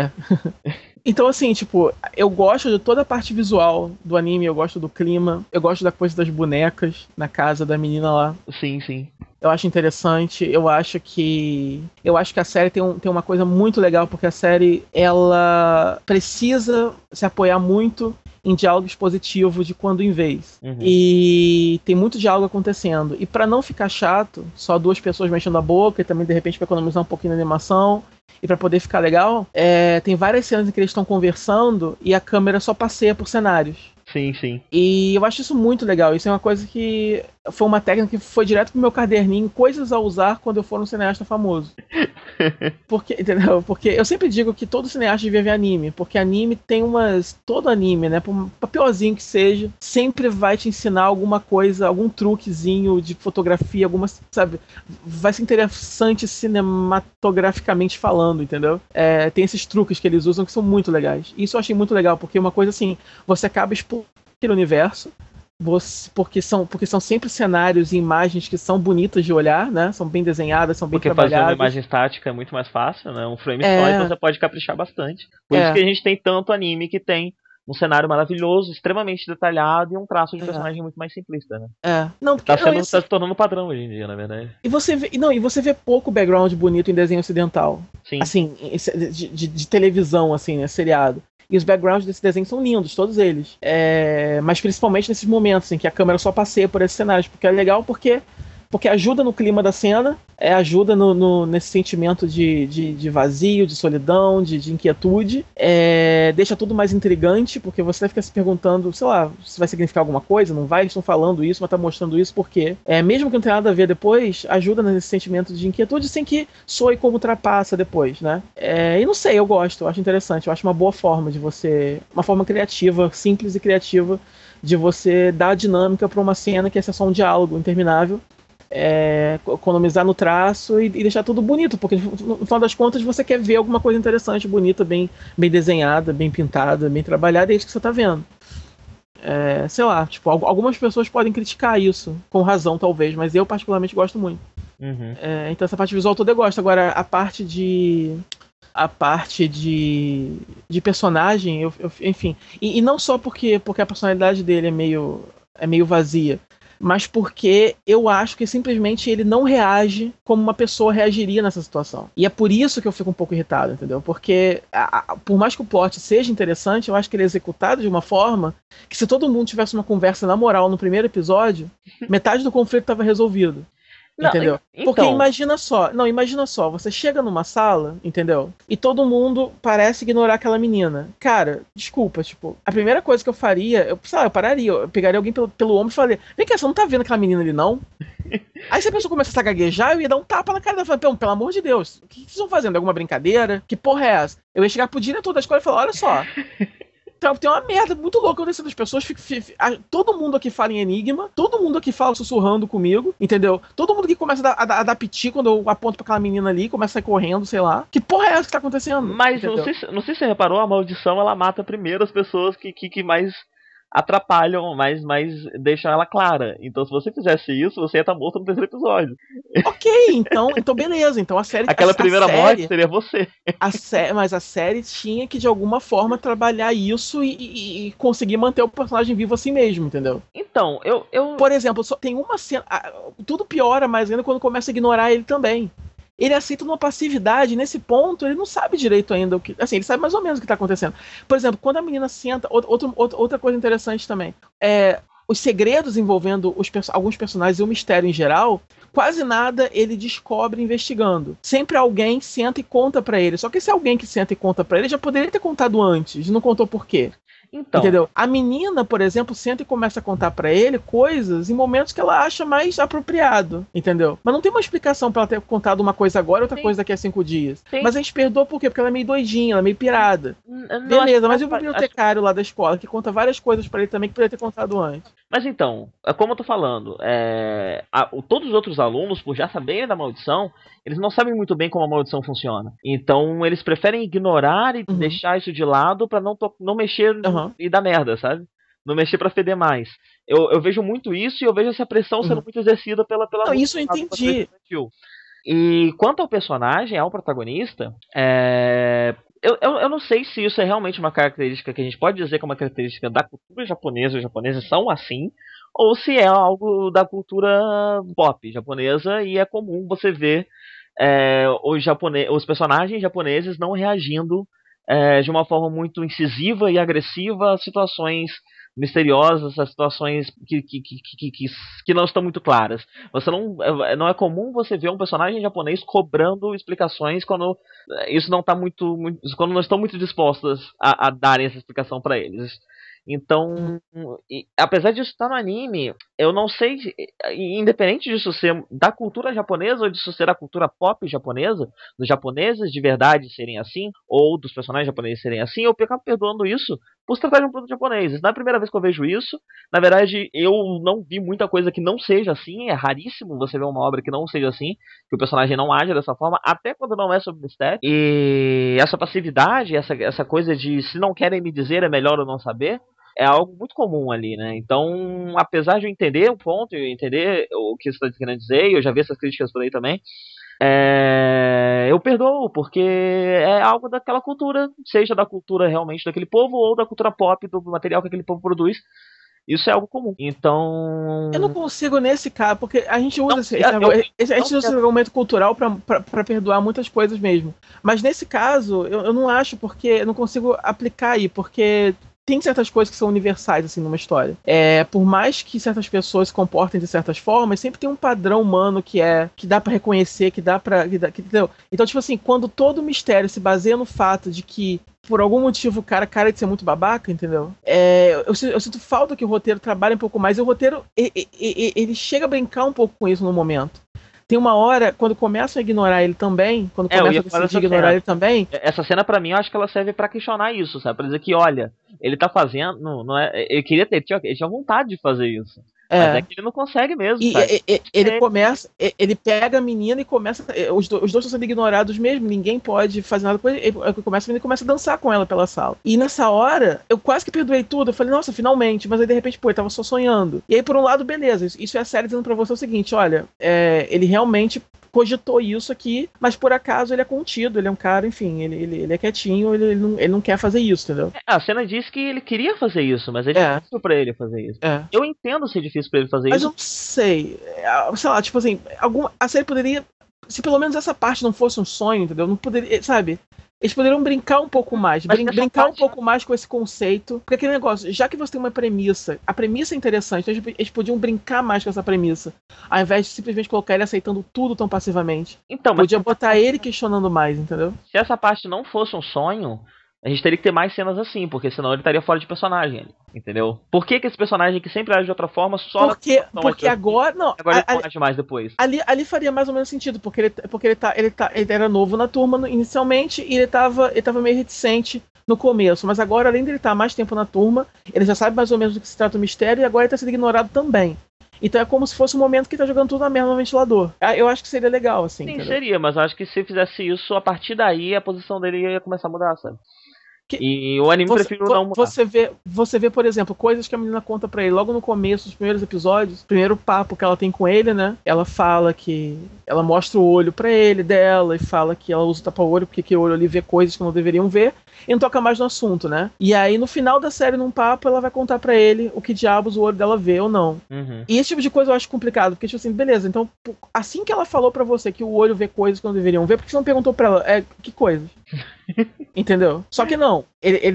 Então, assim, tipo, eu gosto de toda a parte visual do anime, eu gosto do clima, eu gosto da coisa das bonecas na casa da menina lá. Sim, sim. Eu acho interessante, eu acho que a série tem uma coisa muito legal, porque a série, ela precisa se apoiar muito em diálogo expositivo de quando em vez. Uhum. E tem muito diálogo acontecendo. E pra não ficar chato, só duas pessoas mexendo a boca, e também de repente pra economizar um pouquinho na animação, e pra poder ficar legal, tem várias cenas em que eles estão conversando e a câmera só passeia por cenários. Sim, sim. E eu acho isso muito legal. Isso é uma coisa que foi uma técnica que foi direto pro meu caderninho, coisas a usar quando eu for um cineasta famoso. Entendeu? Porque eu sempre digo que todo cineasta devia ver anime, porque anime tem todo anime, né? Por piorzinho que seja, sempre vai te ensinar alguma coisa, algum truquezinho de fotografia, sabe? Vai ser interessante cinematograficamente falando, entendeu? Tem esses truques que eles usam que são muito legais. Isso eu achei muito legal, porque uma coisa assim, você acaba explorando aquele universo, porque são sempre cenários e imagens que são bonitas de olhar, né? São bem desenhadas, são bem trabalhadas. Porque fazer uma imagem estática é muito mais fácil, né? Um frame só, então você pode caprichar bastante. Por isso que a gente tem tanto anime que tem um cenário maravilhoso, extremamente detalhado e um traço de personagem muito mais simplista, né? Não, porque tá se tornando padrão hoje em dia, na verdade. E você vê pouco background bonito em desenho ocidental. Sim. Assim, de televisão, assim, né? Seriado. E os backgrounds desse desenho são lindos, todos eles. Mas principalmente nesses momentos em que a câmera só passeia por esses cenários. Porque é legal porque ajuda no clima da cena, ajuda nesse sentimento de vazio, de solidão, de inquietude. Deixa tudo mais intrigante, porque você fica se perguntando, sei lá, se vai significar alguma coisa, não vai? Eles estão falando isso, mas tá mostrando isso por quê? Mesmo que não tenha nada a ver depois, ajuda nesse sentimento de inquietude sem que soe como ultrapassa depois, né? E não sei, eu gosto, eu acho interessante, eu acho uma boa forma uma forma criativa, simples e criativa, de você dar dinâmica para uma cena que é só um diálogo interminável. Economizar no traço e deixar tudo bonito, porque no final das contas você quer ver alguma coisa interessante, bonita, bem desenhada, bem pintada, bem trabalhada, é isso que você tá vendo. Sei lá, tipo, algumas pessoas podem criticar isso, com razão talvez, mas eu particularmente gosto muito. Uhum. Então essa parte visual toda eu gosto. Agora a parte de personagem, enfim, e não só porque a personalidade dele é meio vazia, mas porque eu acho que simplesmente ele não reage como uma pessoa reagiria nessa situação. E é por isso que eu fico um pouco irritado, entendeu? Porque por mais que o plot seja interessante, eu acho que ele é executado de uma forma que, se todo mundo tivesse uma conversa na moral no primeiro episódio, metade do conflito estava resolvido. Não, entendeu? Então... Porque imagina só, você chega numa sala, entendeu? E todo mundo parece ignorar aquela menina. Cara, desculpa, tipo, a primeira coisa que eu faria, eu pararia, eu pegaria alguém pelo ombro e falaria: vem cá, você não tá vendo aquela menina ali, não? Aí se a pessoa começa a gaguejar, eu ia dar um tapa na cara dela e falar: pelo amor de Deus, o que vocês estão fazendo? Alguma brincadeira? Que porra é essa? Eu ia chegar pro diretor da escola e falar: olha só, tem uma merda muito louca acontecendo. As pessoas todo mundo aqui fala em enigma, todo mundo aqui fala sussurrando comigo, entendeu? Todo mundo que começa a dar piti quando eu aponto pra aquela menina ali, começa a sair correndo, sei lá. Que porra é essa que tá acontecendo? Mas não sei se você reparou, a maldição ela mata primeiro as pessoas que mais atrapalham, mais deixam ela clara. Então se você fizesse isso, você ia estar morto no terceiro episódio. Ok, então beleza. Então a série... Aquela primeira morte seria você. Mas a série tinha que de alguma forma trabalhar isso e conseguir manter o personagem vivo assim mesmo, entendeu? Então, eu... Por exemplo, só tem uma cena... Tudo piora mais ainda quando começa a ignorar ele também. Ele aceita uma passividade, nesse ponto ele não sabe direito ainda o que... Assim, ele sabe mais ou menos o que está acontecendo. Por exemplo, quando a menina senta... Outra coisa interessante também. Os segredos envolvendo alguns personagens e o mistério em geral, quase nada ele descobre investigando. Sempre alguém senta e conta pra ele. Só que esse alguém que senta e conta pra ele já poderia ter contado antes, não contou por quê. Então, entendeu? A menina, por exemplo, senta e começa a contar pra ele coisas em momentos que ela acha mais apropriado, entendeu? Mas não tem uma explicação pra ela ter contado uma coisa agora e outra coisa daqui a 5 dias. Sim. Mas a gente perdoa por quê? Porque ela é meio doidinha, ela é meio pirada. Beleza, mas e o bibliotecário lá da escola, que conta várias coisas pra ele também que poderia ter contado antes? Mas então, é como eu tô falando, todos os outros alunos, por já saberem da maldição, eles não sabem muito bem como a maldição funciona. Então eles preferem ignorar e deixar isso de lado pra não mexer e dar merda, sabe? Não mexer pra feder mais. Eu vejo muito isso e eu vejo essa pressão sendo muito exercida pela não, isso eu entendi. E quanto ao personagem, ao protagonista, eu não sei se isso é realmente uma característica que a gente pode dizer que é uma característica da cultura japonesa, os japoneses são assim, ou se é algo da cultura pop japonesa e é comum você ver os personagens japoneses não reagindo de uma forma muito incisiva e agressiva a situações misteriosas, a situações que não estão muito claras. Você não é comum você ver um personagem japonês cobrando explicações quando isso não tá quando não estão muito dispostos a darem essa explicação para eles. Então, apesar disso estar no anime, eu não sei, independente disso ser da cultura japonesa ou disso ser da cultura pop japonesa, dos japoneses de verdade serem assim, ou dos personagens japoneses serem assim, eu acabo perdoando isso por se tratar de um produto japonês. Não é a primeira vez que eu vejo isso. Na verdade, eu não vi muita coisa que não seja assim. É raríssimo você ver uma obra que não seja assim, que o personagem não age dessa forma, até quando não é sobre mistério. E essa passividade, essa coisa de se não querem me dizer é melhor eu não saber, é algo muito comum ali, né? Então, apesar de eu entender o ponto, eu entender o que você está querendo dizer, e eu já vi essas críticas por aí também, eu perdoo, porque é algo daquela cultura, seja da cultura realmente daquele povo, ou da cultura pop, do material que aquele povo produz. Isso é algo comum. Então. Eu não consigo nesse caso, porque a gente usa esse argumento cultural pra perdoar muitas coisas mesmo. Mas nesse caso, eu não acho, porque eu não consigo aplicar aí, porque tem certas coisas que são universais, assim, numa história. Por mais que certas pessoas se comportem de certas formas, sempre tem um padrão humano que dá pra reconhecer, que dá pra... entendeu? Então, tipo assim, quando todo mistério se baseia no fato de que por algum motivo o cara de ser muito babaca, entendeu? Eu sinto falta que o roteiro trabalhe um pouco mais. E o roteiro, ele chega a brincar um pouco com isso no momento. Tem uma hora, quando começam a ignorar ele também, quando começam a decidir ignorar ele também... Essa cena, pra mim, eu acho que ela serve pra questionar isso, sabe? Pra dizer que, olha, ele tá fazendo... Não é, ele tinha vontade de fazer isso. Mas é que ele não consegue mesmo, sabe? Ele pega a menina e começa... Os dois estão sendo ignorados mesmo, ninguém pode fazer nada com ele. Ele começa a dançar com ela pela sala. E nessa hora, eu quase que perdoei tudo. Eu falei, nossa, finalmente. Mas aí, de repente, ele tava só sonhando. E aí, por um lado, beleza. Isso é a série dizendo pra você o seguinte, olha, ele realmente cogitou isso aqui, mas por acaso ele é contido, ele é um cara, enfim, ele é quietinho, ele não quer fazer isso, entendeu? A cena diz que ele queria fazer isso, mas é difícil pra ele fazer isso. Eu entendo ser difícil pra ele fazer mas isso. Mas eu não sei. Sei lá, tipo assim, a série poderia... Se pelo menos essa parte não fosse um sonho, entendeu? Não poderia, sabe? Eles poderiam brincar um pouco mais. Brincar um pouco mais com esse conceito. Porque aquele negócio, já que você tem uma premissa, a premissa é interessante, então eles podiam brincar mais com essa premissa. Ao invés de simplesmente colocar ele aceitando tudo tão passivamente. Então, podia botar ele questionando mais, entendeu? Se essa parte não fosse um sonho, a gente teria que ter mais cenas assim, porque senão ele estaria fora de personagem, entendeu? Por que esse personagem que sempre age de outra forma só... Porque agora... Não, agora ele age mais depois. Ali faria mais ou menos sentido, porque ele era novo na turma inicialmente e ele tava meio reticente no começo, mas agora, além dele estar há mais tempo na turma, ele já sabe mais ou menos do que se trata o mistério e agora ele tá sendo ignorado também. Então é como se fosse um momento que ele tá jogando tudo na merda no ventilador. Eu acho que seria legal, assim. Sim, entendeu? Seria, mas eu acho que se fizesse isso, a partir daí a posição dele ia começar a mudar, sabe? E o anime prefiro não mudar. Você vê, por exemplo, coisas que a menina conta pra ele logo no começo dos primeiros episódios. Primeiro papo que ela tem com ele, né? Ela fala que... Ela mostra o olho pra ele dela e fala que ela usa o tapa-olho porque que o olho ali vê coisas que não deveriam ver. E não toca mais no assunto, né? E aí, no final da série, num papo, ela vai contar pra ele o que diabos o olho dela vê ou não. E esse tipo de coisa eu acho complicado, porque, tipo assim, beleza, então, assim que ela falou pra você que o olho vê coisas que não deveriam ver, por que você não perguntou pra ela, que coisas? Entendeu? Só que não.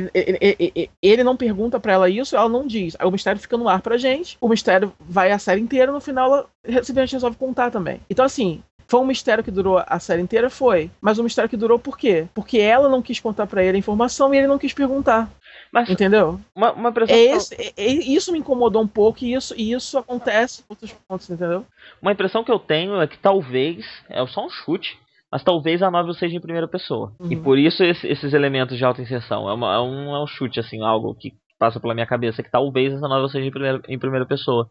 Ele não pergunta pra ela isso, ela não diz. Aí o mistério fica no ar pra gente, o mistério vai a série inteira, no final ela simplesmente resolve contar também. Então, assim, foi um mistério que durou a série inteira? Foi. Mas um mistério que durou por quê? Porque ela não quis contar pra ele a informação e ele não quis perguntar. Mas, entendeu? Uma isso me incomodou um pouco e isso acontece em outros pontos, entendeu? Uma impressão que eu tenho é que talvez, é só um chute, mas talvez a novel seja em primeira pessoa. E por isso esses elementos de autoinserção. É um chute, assim, algo que passa pela minha cabeça que talvez essa novela seja em primeira pessoa.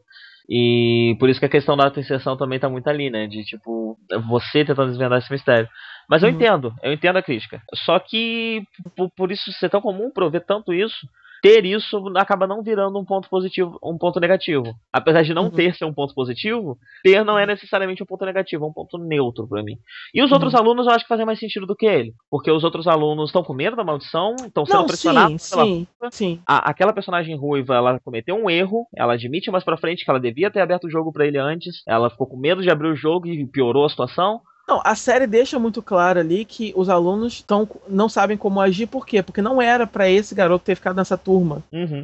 E por isso que a questão da auto-inserção também tá muito ali, né? De, tipo, você tentando desvendar esse mistério. Mas eu entendo a crítica. Só que, por isso ser tão comum, por eu ver tanto isso, ter isso acaba não virando um ponto positivo, um ponto negativo. Apesar de não ter ser um ponto positivo, ter não é necessariamente um ponto negativo, é um ponto neutro pra mim. E os outros alunos eu acho que fazem mais sentido do que ele. Porque os outros alunos estão com medo da maldição, estão sendo pressionados pela culpa. Sim. Aquela personagem ruiva, ela cometeu um erro, ela admite mais pra frente que ela devia ter aberto o jogo pra ele antes, ela ficou com medo de abrir o jogo e piorou a situação. Não, a série deixa muito claro ali que os alunos não sabem como agir, por quê? Porque não era pra esse garoto ter ficado nessa turma.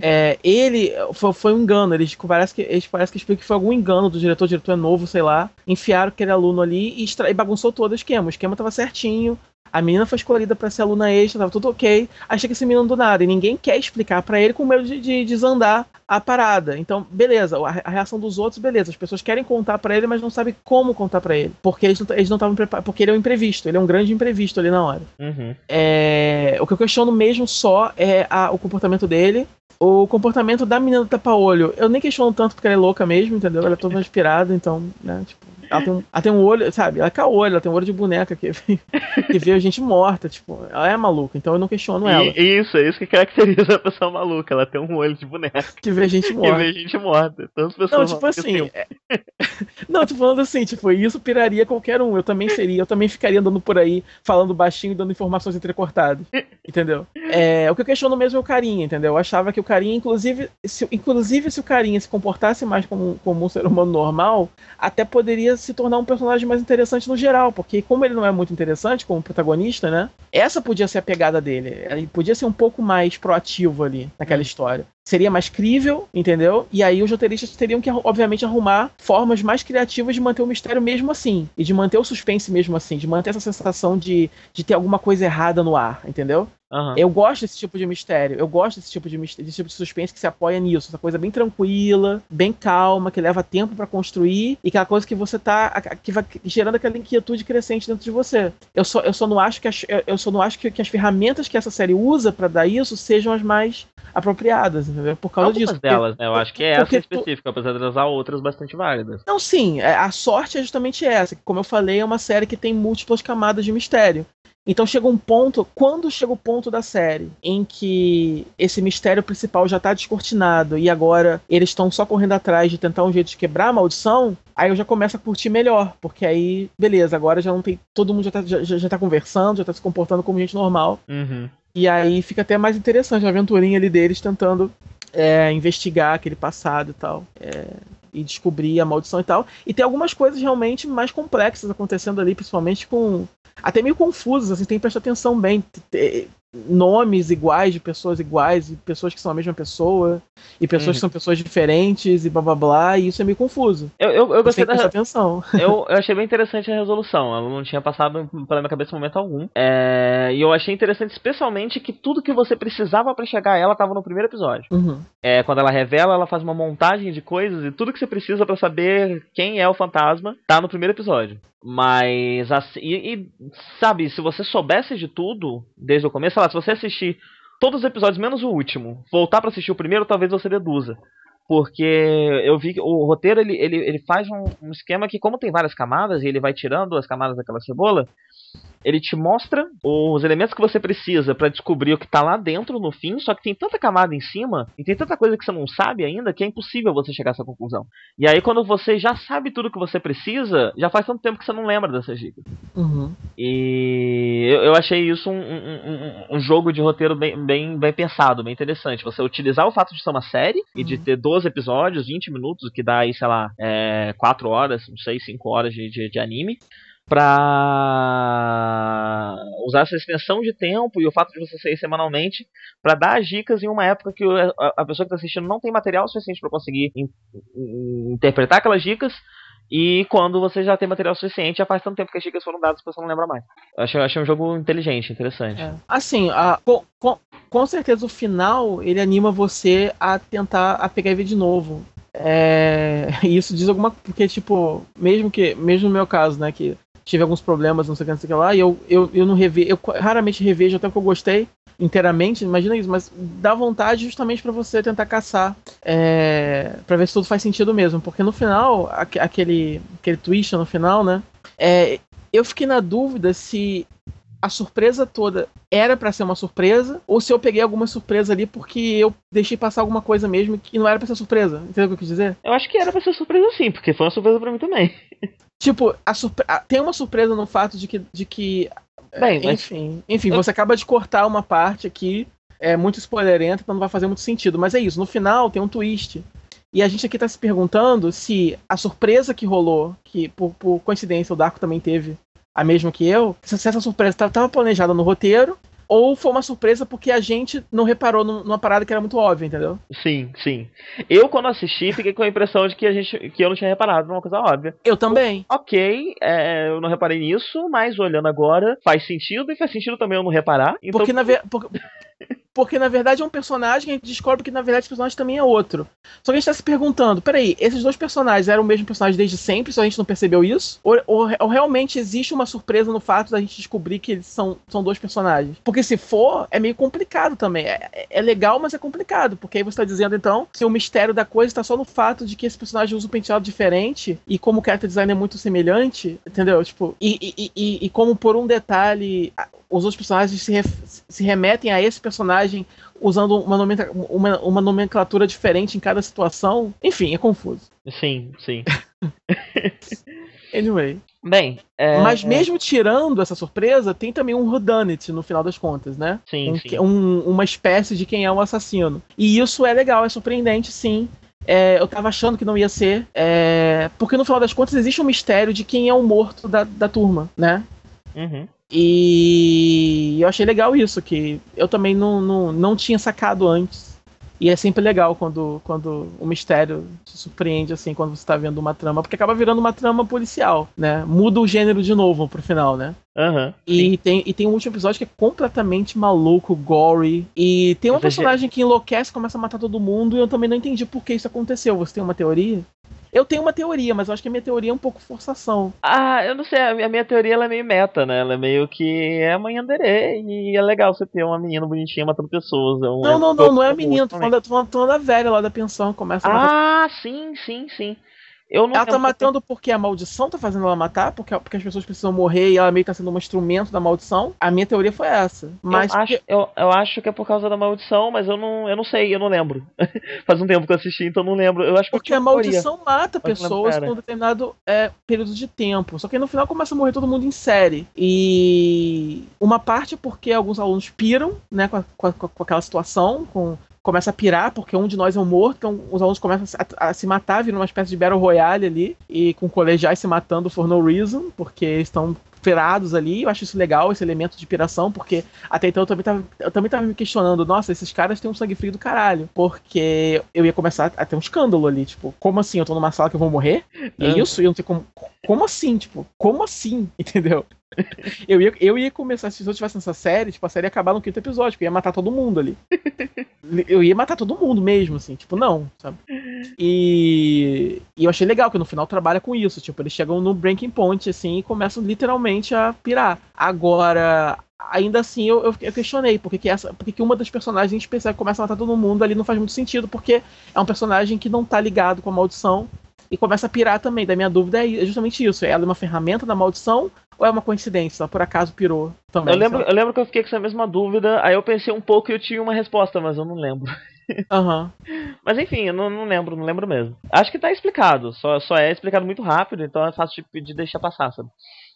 Ele foi um engano, eles parece que explicam que foi algum engano do diretor, o diretor é novo, sei lá, enfiaram aquele aluno ali e bagunçou todo o esquema tava certinho. A menina foi escolhida pra ser aluna extra, tava tudo ok. Aí chega esse menino do nada e ninguém quer explicar pra ele com medo de desandar a parada. Então, beleza, a reação dos outros, beleza. As pessoas querem contar pra ele, mas não sabem como contar pra ele. Porque eles não estavam preparados. Porque ele é um imprevisto, ele é um grande imprevisto ali na hora. O que eu questiono mesmo só é o comportamento dele. O comportamento da menina do tapa-olho, eu nem questiono tanto porque ela é louca mesmo, entendeu? Ela é toda inspirada, então, né, tipo, ela tem um olho, sabe? Ela caolho, ela tem um olho de boneca que vê a gente morta, tipo, ela é maluca, então eu não questiono ela. Isso que caracteriza a pessoa maluca, ela tem um olho de boneca. Que vê gente morta. Que vê gente morta. Tantas pessoas não, tipo assim. Não, tô falando assim, tipo, isso piraria qualquer um. Eu também ficaria andando por aí, falando baixinho e dando informações entrecortadas. Entendeu? O que eu questiono mesmo é o Carinha, entendeu? Eu achava que o Carinha, inclusive se o Carinha se comportasse mais como um ser humano normal, até poderia se tornar um personagem mais interessante no geral, porque como ele não é muito interessante como protagonista, né? Essa podia ser a pegada dele. Ele podia ser um pouco mais proativo ali naquela história. Seria mais crível, entendeu? E aí os roteiristas teriam que, obviamente, arrumar formas mais criativas de manter o mistério mesmo assim. E de manter o suspense mesmo assim. De manter essa sensação de ter alguma coisa errada no ar, entendeu? Eu gosto desse tipo de mistério. Eu gosto desse tipo de suspense que se apoia nisso. Essa coisa bem tranquila, bem calma, que leva tempo pra construir. E aquela coisa que você que vai gerando aquela inquietude crescente dentro de você. Eu só não acho que as ferramentas que essa série usa pra dar isso sejam as mais apropriadas, entendeu? Por causa disso. Delas, né? Eu acho que é essa específica, apesar de usar outras bastante válidas. Não, sim. A sorte é justamente essa. Que, como eu falei, é uma série que tem múltiplas camadas de mistério. Então chega um ponto, quando chega o ponto da série em que esse mistério principal já tá descortinado e agora eles estão só correndo atrás de tentar um jeito de quebrar a maldição, aí eu já começo a curtir melhor, porque aí, beleza, agora já não tem, todo mundo já tá conversando, já tá se comportando como gente normal. E aí fica até mais interessante a aventurinha ali deles tentando investigar aquele passado e tal. E descobrir a maldição e tal. E tem algumas coisas realmente mais complexas acontecendo ali, principalmente até meio confusas, assim, tem que prestar atenção bem. Nomes iguais de pessoas iguais, e pessoas que são a mesma pessoa, e pessoas que são pessoas diferentes, e blá blá blá, e isso é meio confuso. Eu gostei da prestar atenção. Eu achei bem interessante a resolução, ela não tinha passado pela minha cabeça em momento algum. E eu achei interessante especialmente que tudo que você precisava pra chegar a ela estava no primeiro episódio. Quando ela revela, ela faz uma montagem de coisas, e tudo que você precisa pra saber quem é o fantasma tá no primeiro episódio. Mas, assim, sabe, se você soubesse de tudo desde o começo, sei lá, se você assistir todos os episódios menos o último, voltar pra assistir o primeiro, talvez você deduza. Porque eu vi que o roteiro ele faz um esquema que, como tem várias camadas e ele vai tirando as camadas daquela cebola, ele te mostra os elementos que você precisa pra descobrir o que tá lá dentro no fim, só que tem tanta camada em cima e tem tanta coisa que você não sabe ainda que é impossível você chegar a essa conclusão. E aí quando você já sabe tudo que você precisa, já faz tanto tempo que você não lembra dessas dicas. E eu achei isso um jogo de roteiro bem pensado, bem interessante. Você utilizar o fato de ser uma série e de ter 12 episódios, 20 minutos, que dá aí, sei lá, 4 horas, não sei, 5 horas de anime, pra usar essa extensão de tempo e o fato de você sair semanalmente pra dar as dicas em uma época que a pessoa que tá assistindo não tem material suficiente pra conseguir interpretar aquelas dicas, e quando você já tem material suficiente, já faz tanto tempo que as dicas foram dadas que você não lembra mais. Eu achei um jogo inteligente, interessante. Assim, com certeza o final ele anima você a tentar pegar e ver de novo. E isso diz alguma... Porque, tipo, mesmo no meu caso, né, que tive alguns problemas, não sei o que lá, e eu não revejo, eu raramente revejo até o que eu gostei, inteiramente, imagina isso, mas dá vontade justamente pra você tentar caçar, pra ver se tudo faz sentido mesmo, porque no final, aquele twist no final, né, eu fiquei na dúvida se a surpresa toda era pra ser uma surpresa, ou se eu peguei alguma surpresa ali porque eu deixei passar alguma coisa mesmo que não era pra ser surpresa. Entendeu o que eu quis dizer? Eu acho que era pra ser surpresa sim, porque foi uma surpresa pra mim também. Tipo, tem uma surpresa no fato de que Bem, mas... enfim, você acaba de cortar uma parte aqui, muito spoilerenta, então não vai fazer muito sentido. Mas é isso, no final tem um twist. E a gente aqui tá se perguntando se a surpresa que rolou, que por coincidência o Darko também teve a mesma que eu, se essa surpresa estava planejada no roteiro, ou foi uma surpresa porque a gente não reparou numa parada que era muito óbvia, entendeu? Sim, sim. Eu, quando assisti, fiquei com a impressão de que eu não tinha reparado numa coisa óbvia. Eu também. Ok, eu não reparei nisso, mas olhando agora, faz sentido, e faz sentido também eu não reparar. Então... Porque na verdade é um personagem, a gente descobre que na verdade esse personagem também é outro. Só que a gente tá se perguntando, peraí, esses dois personagens eram o mesmo personagem desde sempre, só a gente não percebeu isso? Ou realmente existe uma surpresa no fato da gente descobrir que eles são dois personagens? Porque se for, é meio complicado também. É legal, mas é complicado, porque aí você tá dizendo então que o mistério da coisa tá só no fato de que esse personagem usa um penteado diferente, e como o character design é muito semelhante, entendeu? Tipo, e como por um detalhe os outros personagens se remetem a esse personagem usando uma nomenclatura diferente em cada situação. Enfim, é confuso. Sim, sim. Anyway. Bem, mas mesmo tirando essa surpresa, tem também um whodunit no final das contas, né? Sim, sim. Uma espécie de quem é o assassino. E isso é legal, é surpreendente, sim. Eu tava achando que não ia ser. Porque no final das contas existe um mistério de quem é o morto da turma, né? Uhum. E eu achei legal isso, que eu também não tinha sacado antes. E é sempre legal quando o mistério te surpreende, assim, quando você tá vendo uma trama, porque acaba virando uma trama policial, né? Muda o gênero de novo pro final, né? Uhum, e tem um último episódio que é completamente maluco, gory. E tem uma personagem que enlouquece, começa a matar todo mundo, e eu também não entendi por que isso aconteceu. Você tem uma teoria? Eu tenho uma teoria, mas eu acho que a minha teoria é um pouco forçação. Eu não sei, a minha teoria ela é meio meta, né? Ela é meio que é Mãe Yandere, e é legal você ter uma menina bonitinha matando pessoas. Não é a menina, tô falando da velha lá da pensão, começa a matar. Sim. Ela tá matando porque a maldição tá fazendo ela matar, porque as pessoas precisam morrer e ela meio que tá sendo um instrumento da maldição. A minha teoria foi essa. Mas eu acho que é por causa da maldição, mas eu não sei, eu não lembro. Faz um tempo que eu assisti, então eu não lembro. Eu acho que porque a maldição mata pessoas por um determinado período de tempo. Só que aí no final começa a morrer todo mundo em série. E uma parte porque alguns alunos piram, né, com aquela situação, começa a pirar, porque um de nós é um morto, então os alunos começam a se matar, viram uma espécie de Battle Royale ali, e com colegiais se matando for no reason, porque eles estão pirados ali. Eu acho isso legal, esse elemento de piração, porque até então eu também tava me questionando, nossa, esses caras têm um sangue frio do caralho, porque eu ia começar a ter um escândalo ali, tipo, como assim, eu tô numa sala que eu vou morrer? É isso? E eu não sei como assim, tipo, como assim? Entendeu? Eu ia começar, se eu estivesse nessa série, tipo, a série ia acabar no 5º episódio, porque eu ia matar todo mundo ali. Eu ia matar todo mundo mesmo, assim, tipo, não, sabe? E eu achei legal que no final trabalha com isso, tipo, eles chegam no breaking point, assim, e começam literalmente a pirar. Agora, ainda assim, eu questionei porque que uma das personagens em especial que começa a matar todo mundo ali não faz muito sentido, porque é um personagem que não tá ligado com a maldição e começa a pirar também. Da minha dúvida é justamente isso. Ela é uma ferramenta da maldição ou é uma coincidência? Ela por acaso pirou também? Eu lembro que eu fiquei com essa mesma dúvida, aí eu pensei um pouco e eu tinha uma resposta, mas eu não lembro. Uhum. Mas enfim, eu não lembro mesmo. Acho que tá explicado, só é explicado muito rápido, então é fácil de deixar passar, sabe?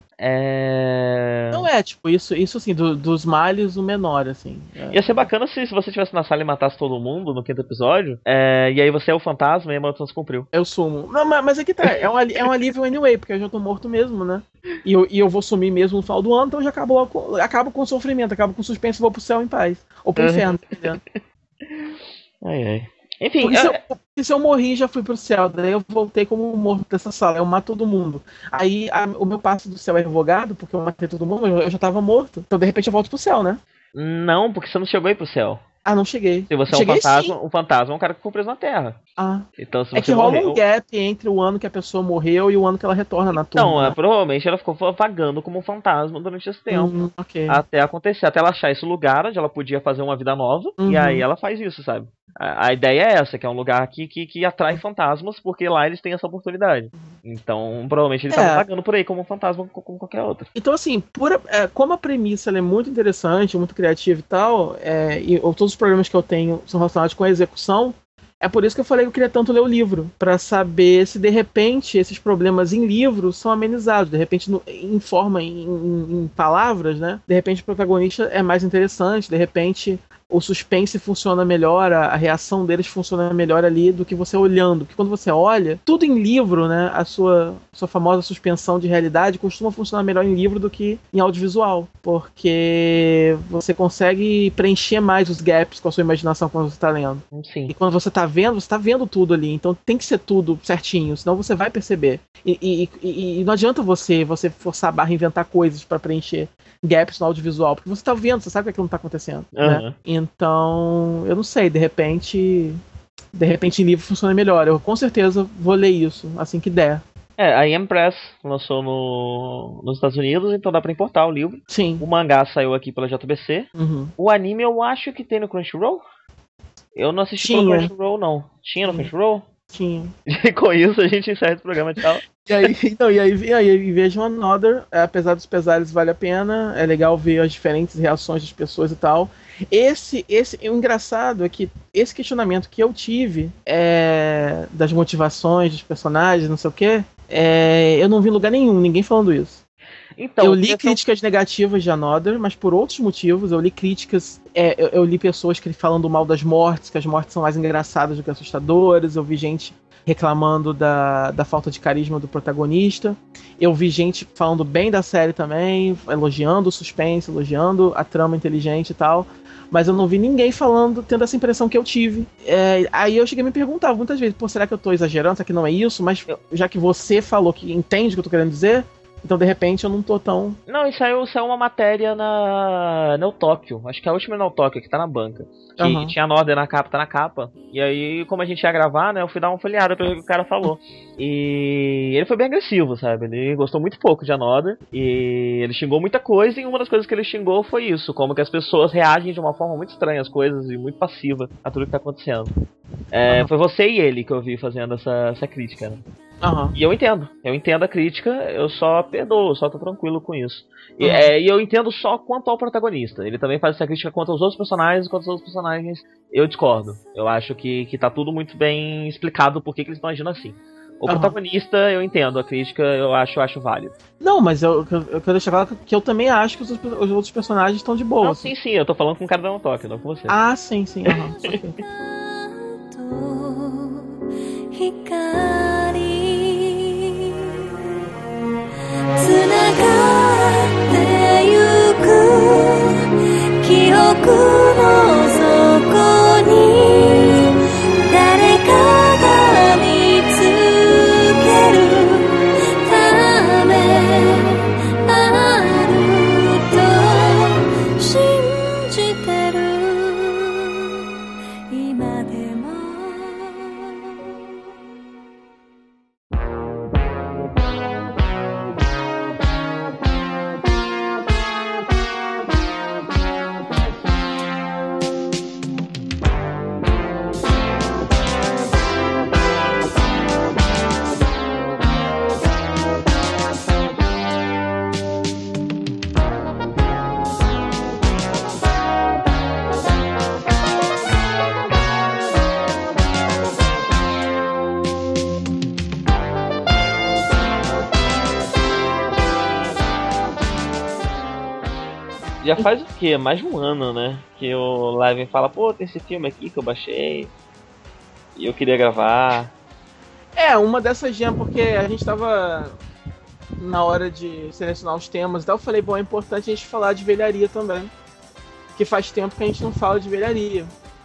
Não tipo, isso assim, dos males o menor, assim. Ia ser bacana se você estivesse na sala e matasse todo mundo no 5º episódio, e aí você é o fantasma e a maldição se cumpriu. Eu sumo. Não, mas aqui tá, é um alívio anyway, porque eu já tô morto mesmo, né? E eu vou sumir mesmo no final do ano, então eu já acabo com o sofrimento, acabo com o suspense e vou pro céu em paz. Ou pro inferno, tá ligado? Ai. Enfim, porque se eu morri, já fui pro céu. Daí eu voltei como morto dessa sala. Eu mato todo mundo. Aí o meu passo do céu é revogado, porque eu matei todo mundo, eu já tava morto. Então de repente eu volto pro céu, né? Não, porque você não chegou aí pro céu. Ah, não cheguei. Se você é um fantasma, o fantasma é um cara que ficou preso na Terra. Ah. Então, se é que rola um gap entre o ano que a pessoa morreu e o ano que ela retorna na turma. Então, provavelmente ela ficou vagando como um fantasma durante esse tempo. Okay. Até acontecer, até ela achar esse lugar onde ela podia fazer uma vida nova. E aí ela faz isso, sabe? A ideia é essa, que é um lugar que atrai fantasmas, porque lá eles têm essa oportunidade. Então, provavelmente ele tava vagando por aí como um fantasma, como qualquer outro. Então, assim, como a premissa ela é muito interessante, muito criativa e tal, e todos os problemas que eu tenho são relacionados com a execução, é por isso que eu falei que eu queria tanto ler o livro, para saber se de repente esses problemas em livro são amenizados, de repente em forma, em palavras, né? De repente o protagonista é mais interessante, de repente o suspense funciona melhor, a reação deles funciona melhor ali do que você olhando. Porque quando você olha, tudo em livro, né? A sua famosa suspensão de realidade costuma funcionar melhor em livro do que em audiovisual. Porque você consegue preencher mais os gaps com a sua imaginação quando você está lendo. Sim. E quando você está vendo tudo ali. Então tem que ser tudo certinho, senão você vai perceber. E não adianta você forçar a barra e inventar coisas para preencher gaps no audiovisual, porque você tá vendo, você sabe que aquilo não tá acontecendo, né? Então, eu não sei, de repente em livro funciona melhor. Eu com certeza vou ler isso assim que der. A IM Press lançou nos Estados Unidos, então dá pra importar o livro. Sim. O mangá saiu aqui pela JBC. O anime eu acho que tem no Crunchyroll. Eu não assisti pelo Crunchyroll, não. Tinha no Crunchyroll? Tinha. E com isso a gente encerra esse programa, tchau. E aí vejam Another, apesar dos pesares vale a pena, é legal ver as diferentes reações das pessoas e tal. O engraçado é que esse questionamento que eu tive das motivações dos personagens, não sei o que, eu não vi em lugar nenhum, ninguém falando isso. Então, eu li críticas negativas de Another, mas por outros motivos. Eu li críticas, eu li pessoas falando mal das mortes, que as mortes são mais engraçadas do que assustadoras. Eu vi gente reclamando da falta de carisma do protagonista. Eu vi gente falando bem da série também, elogiando o suspense, elogiando a trama inteligente e tal. Mas eu não vi ninguém tendo essa impressão que eu tive. Aí eu cheguei a me perguntar muitas vezes, será que eu tô exagerando? Será que não é isso? Mas já que você falou que entende o que eu tô querendo dizer, então de repente eu não tô tão... Não, e saiu uma matéria na Tóquio. Acho que é a última na Tóquio, que tá na banca. Que tinha a Another na capa, tá na capa. E aí, como a gente ia gravar, né, eu fui dar uma folheada pra ver o que o cara falou. E ele foi bem agressivo, sabe? Ele gostou muito pouco de Another. E ele xingou muita coisa, e uma das coisas que ele xingou foi isso. Como que as pessoas reagem de uma forma muito estranha às coisas e muito passiva a tudo que tá acontecendo. Foi você e ele que eu vi fazendo essa crítica, né? E eu entendo a crítica, eu só perdoo, eu só tô tranquilo com isso. E eu entendo só quanto ao protagonista. Ele também faz essa crítica quanto aos outros personagens, eu discordo. Eu acho que tá tudo muito bem explicado por que eles estão agindo assim. O protagonista, eu entendo, a crítica eu acho válido. Não, mas eu quero deixar claro que eu também acho que os outros personagens estão de boa. Não, sim, eu tô falando com o cara da Toque, não com você. Ah, sim. Já faz o quê? Mais de um ano, né? Que o Live fala, tem esse filme aqui que eu baixei e eu queria gravar. Uma dessas gemas, porque a gente tava na hora de selecionar os temas e tal, eu falei, é importante a gente falar de velharia também. Que faz tempo que a gente não fala de velharia.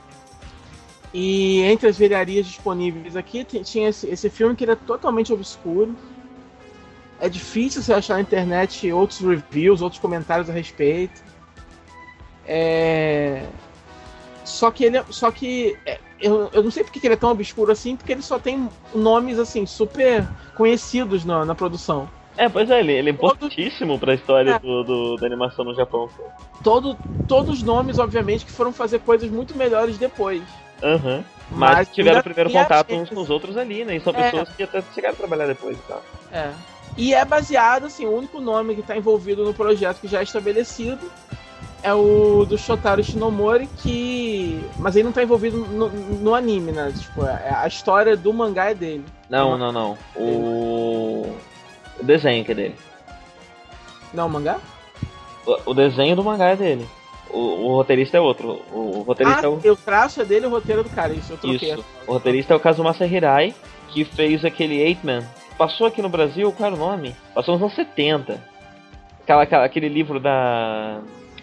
E entre as velharias disponíveis aqui, tinha esse filme que era totalmente obscuro. É difícil você achar na internet outros reviews, outros comentários a respeito. Só que eu não sei porque que ele é tão obscuro assim, porque ele só tem nomes assim super conhecidos na produção. Pois é, ele é importantíssimo pra história da animação no Japão. Todos os nomes, obviamente, que foram fazer coisas muito melhores depois. Uhum. Mas tiveram o primeiro contato uns com os assim. outros ali, né? E são pessoas que até chegaram a trabalhar depois e tal. E é baseado, assim, o único nome que está envolvido no projeto que já é estabelecido é o do Shotaro Shinomori, mas ele não está envolvido no anime, né? Tipo, a história do mangá é dele. Não. O desenho que é dele. Não, o mangá? O desenho do mangá é dele. O roteirista é outro. O roteirista o traço é dele e o roteiro é do cara. Isso, eu troquei. Isso. O roteirista é o Kazumasa Hirai, que fez aquele Eight-Man. Passou aqui no Brasil, qual era o nome? Passou nos anos 70. Aquele livro da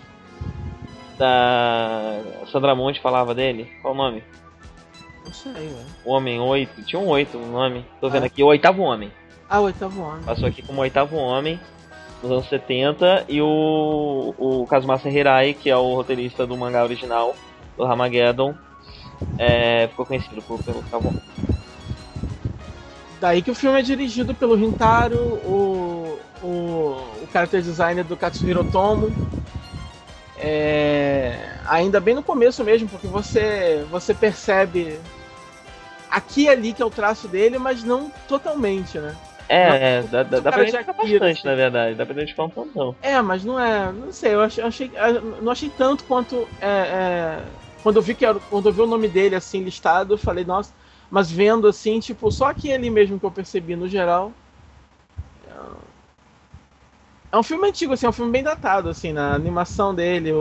Sandra Monte falava dele. Qual o nome? Não sei, velho. O Homem 8. Tinha um 8 no nome. Tô vendo aqui. O Oitavo Homem. O Oitavo Homem. Passou aqui como Oitavo Homem nos anos 70. E o Kazumasa Hirai, que é o roteirista do mangá original, do Armageddon, ficou conhecido pelo Oitavo Homem. Daí que o filme é dirigido pelo Rintaro, o character designer do Katsuhiro Otomo. Ainda bem no começo mesmo, porque você percebe aqui e ali que é o traço dele, mas não totalmente, né? Dá pra identificar bastante, assim. Na verdade. Dá pra identificar um tantão. Mas não é... Não sei, não achei tanto quanto... quando eu vi o nome dele, assim, listado, eu falei, nossa... Mas vendo, assim, tipo, só aqui ali mesmo que eu percebi, no geral... É um filme antigo, assim, é um filme bem datado, assim, na animação dele,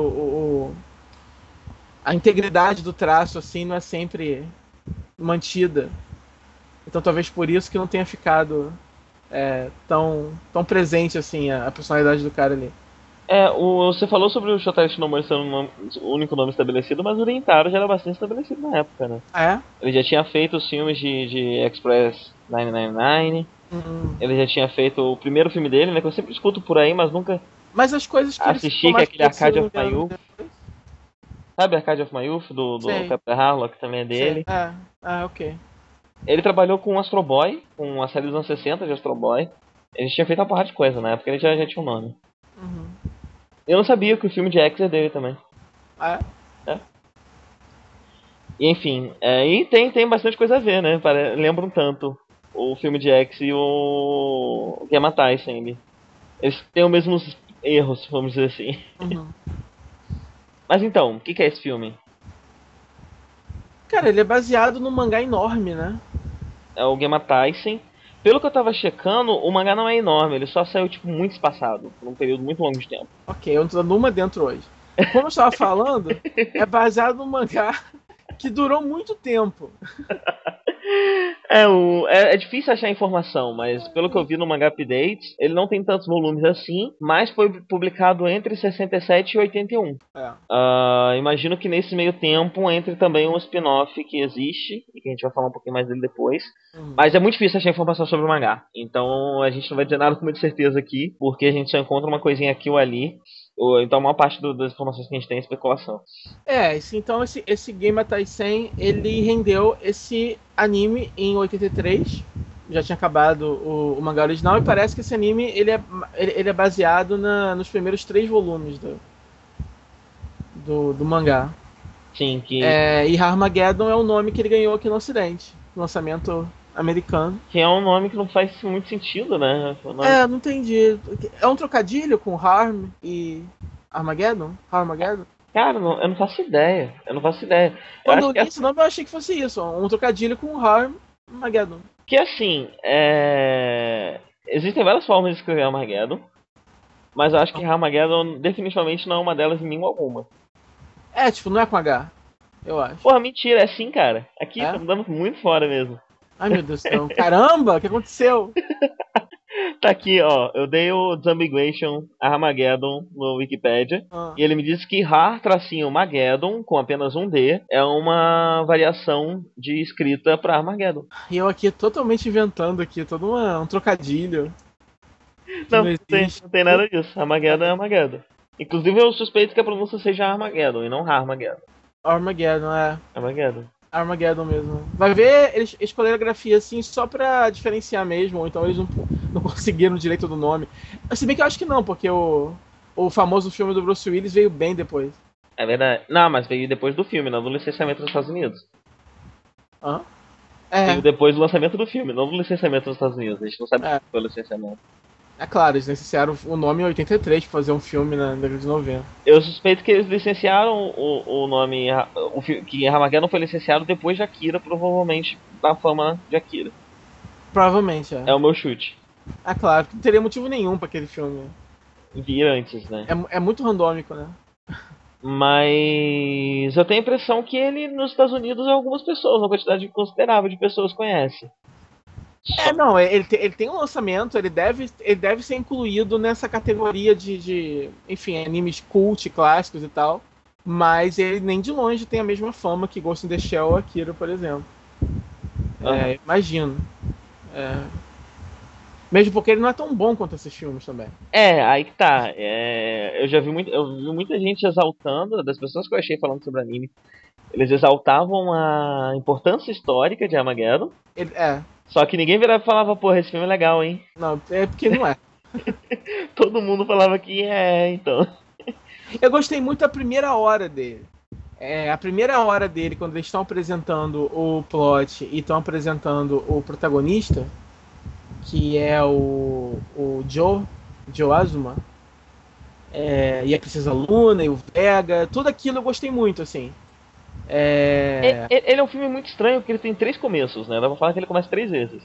a integridade do traço, assim, não é sempre mantida. Então talvez por isso que não tenha ficado tão presente, assim, a personalidade do cara ali. Você falou sobre o Shotaro Shinomori sendo o único nome estabelecido, mas o Rintaro já era bastante estabelecido na época, né? Ele já tinha feito os filmes de Express 999. Ele já tinha feito o primeiro filme dele, né? Que eu sempre escuto por aí, mas nunca assisti, que é aquele Arcade of My Youth. Sabe Arcade of My Youth, do Captain Harlock, que também é dele. Ok. Ele trabalhou com Astro Boy, com a série dos anos 60 de Astro Boy. Ele tinha feito uma porrada de coisa, na época ele já tinha um nome. Eu não sabia que o filme de X é dele também. E enfim, e tem bastante coisa a ver, né? Lembra um tanto o filme de X e o Gamma Tyson. Eles têm os mesmos erros, vamos dizer assim. Mas então, o que é esse filme? Cara, ele é baseado num mangá enorme, né? É o Gamma Tyson. Pelo que eu tava checando, o mangá não é enorme, ele só saiu tipo muito espaçado, por um período muito longo de tempo. Ok, eu tô dando uma dentro hoje. Como eu estava falando, é baseado num mangá que durou muito tempo. É difícil achar informação, mas pelo que eu vi no Manga Update, ele não tem tantos volumes assim, mas foi publicado entre 67 e 81. Imagino que nesse meio tempo entre também um spin-off que existe, e que a gente vai falar um pouquinho mais dele depois. Mas é muito difícil achar informação sobre o mangá, então a gente não vai dizer nada com muita certeza aqui, porque a gente só encontra uma coisinha aqui ou ali. Então a maior parte das informações que a gente tem é especulação. Então esse Game Taisen, ele rendeu esse anime em 83. Já tinha acabado o mangá original, e parece que esse anime ele é baseado nos primeiros 3 volumes do mangá. Sim, e Armageddon é o nome que ele ganhou aqui no Ocidente, no lançamento americano. Que é um nome que não faz muito sentido, né? Não entendi. É um trocadilho com Harm e Armageddon? Armageddon? Cara, eu não faço ideia. Quando eu li esse nome, eu achei que fosse isso. Um trocadilho com Harm e Armageddon. Que assim, existem várias formas de escrever Armageddon, mas eu acho que Armageddon definitivamente não é uma delas em nenhuma alguma. Não é com H, eu acho. Porra, mentira, é sim, cara. Aqui tá dando muito fora mesmo. Ai, meu Deus do céu. Caramba, o que aconteceu? Tá aqui, ó. Eu dei o Zambiguation Armageddon no Wikipedia. E ele me disse que Har-Mageddon, com apenas um D, é uma variação de escrita pra Armageddon. E eu aqui totalmente inventando aqui, todo um trocadilho. Não tem nada disso. Armageddon é Armageddon. Inclusive eu suspeito que a pronúncia seja Armageddon e não Harmageddon. Armageddon, Armageddon. Armageddon mesmo. Vai ver, eles escolheram a grafia assim só pra diferenciar mesmo, ou então eles não conseguiram direito do nome. Se bem que eu acho que não, porque o famoso filme do Bruce Willis veio bem depois. É verdade. Não, mas veio depois do filme, não do licenciamento nos Estados Unidos. Hã? Veio depois do lançamento do filme, não do licenciamento nos Estados Unidos. A gente não sabe o que foi o licenciamento. É claro, eles licenciaram o nome em 83 pra fazer um filme na década de 90. Eu suspeito que eles licenciaram o nome. Que Armageddon foi licenciado depois de Akira, provavelmente da fama de Akira. Provavelmente, É o meu chute. É claro, não teria motivo nenhum pra aquele filme. Vir antes, né? É muito randômico, né? Mas eu tenho a impressão que ele, nos Estados Unidos, algumas pessoas, uma quantidade considerável de pessoas conhecem. Não, ele tem um lançamento, ele deve ser incluído nessa categoria enfim, animes cult, clássicos e tal. Mas ele nem de longe tem a mesma fama que Ghost in the Shell ou Akira, por exemplo. Imagino. Mesmo porque ele não é tão bom quanto esses filmes também. Aí que tá. Eu vi muita gente exaltando, das pessoas que eu achei falando sobre anime, eles exaltavam a importância histórica de Armageddon. Só que ninguém virava e falava, porra, esse filme é legal, hein? Não, é porque não é. Todo mundo falava que então. Eu gostei muito da primeira hora dele. A primeira hora dele, quando eles estão apresentando o plot e estão apresentando o protagonista, que é o Joe Azuma, e a Princesa Luna e o Vega, tudo aquilo eu gostei muito, assim. Ele é um filme muito estranho, porque ele tem 3 começos, né? Dá pra falar que ele começa 3 vezes.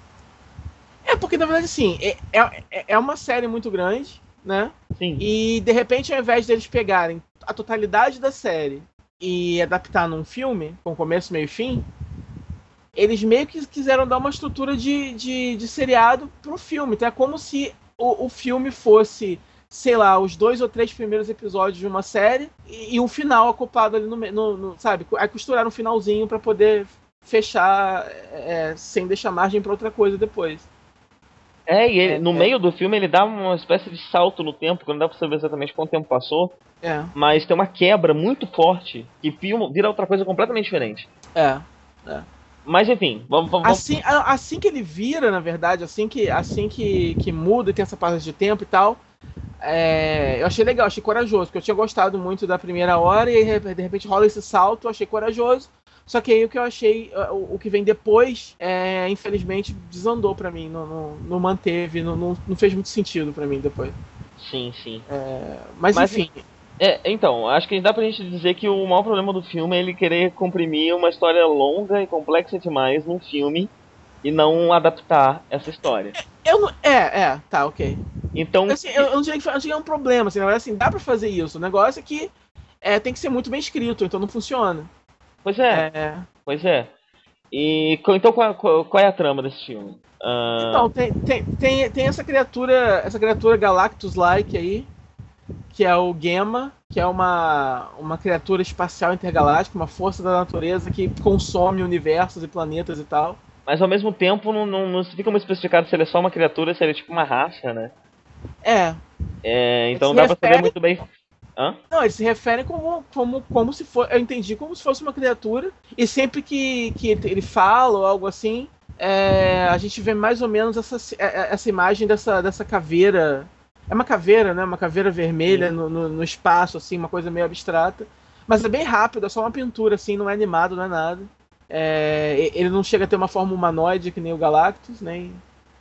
Porque na verdade, assim, é uma série muito grande, né? Sim. E de repente, ao invés deles pegarem a totalidade da série e adaptar num filme, com começo, meio e fim, eles meio que quiseram dar uma estrutura de seriado pro filme. Então é como se o filme fosse, sei lá, os 2 ou 3 primeiros episódios de uma série e um final acoplado ali no sabe? Aí costuraram um finalzinho pra poder fechar sem deixar margem pra outra coisa depois. No meio do filme ele dá uma espécie de salto no tempo, que não dá pra saber exatamente quanto tempo passou. Mas tem uma quebra muito forte que vira outra coisa completamente diferente. Mas enfim, vamos... Assim que ele vira, na verdade, assim que muda e tem essa parte de tempo e tal, eu achei legal, achei corajoso, porque eu tinha gostado muito da primeira hora e aí, de repente rola esse salto, eu achei corajoso. Só que aí o que eu achei, o que vem depois, infelizmente desandou pra mim, não manteve, não fez muito sentido pra mim depois. Sim. Mas enfim. Então, acho que dá pra gente dizer que o maior problema do filme é ele querer comprimir uma história longa e complexa demais num filme e não adaptar essa história. Tá, ok. Então... Assim, eu não diria que é um problema, assim, na verdade, assim, dá pra fazer isso. O negócio é que tem que ser muito bem escrito, então não funciona. Pois é. E então qual é a trama desse filme? Então, tem essa criatura Galactus-like aí, que é o Gamma, que é uma criatura espacial intergaláctica, uma força da natureza que consome universos e planetas e tal. Mas ao mesmo tempo não fica muito especificado se ele é só uma criatura, se ele é tipo uma raça, né? Então dá pra saber muito bem. Não, eles se referem como se fosse. Eu entendi como se fosse uma criatura. E sempre que ele fala ou algo assim, a gente vê mais ou menos essa imagem dessa caveira. É uma caveira, né? Uma caveira vermelha no espaço, assim, uma coisa meio abstrata. Mas é bem rápido, é só uma pintura, assim, não é animado, não é nada. Ele não chega a ter uma forma humanoide que nem o Galactus, nem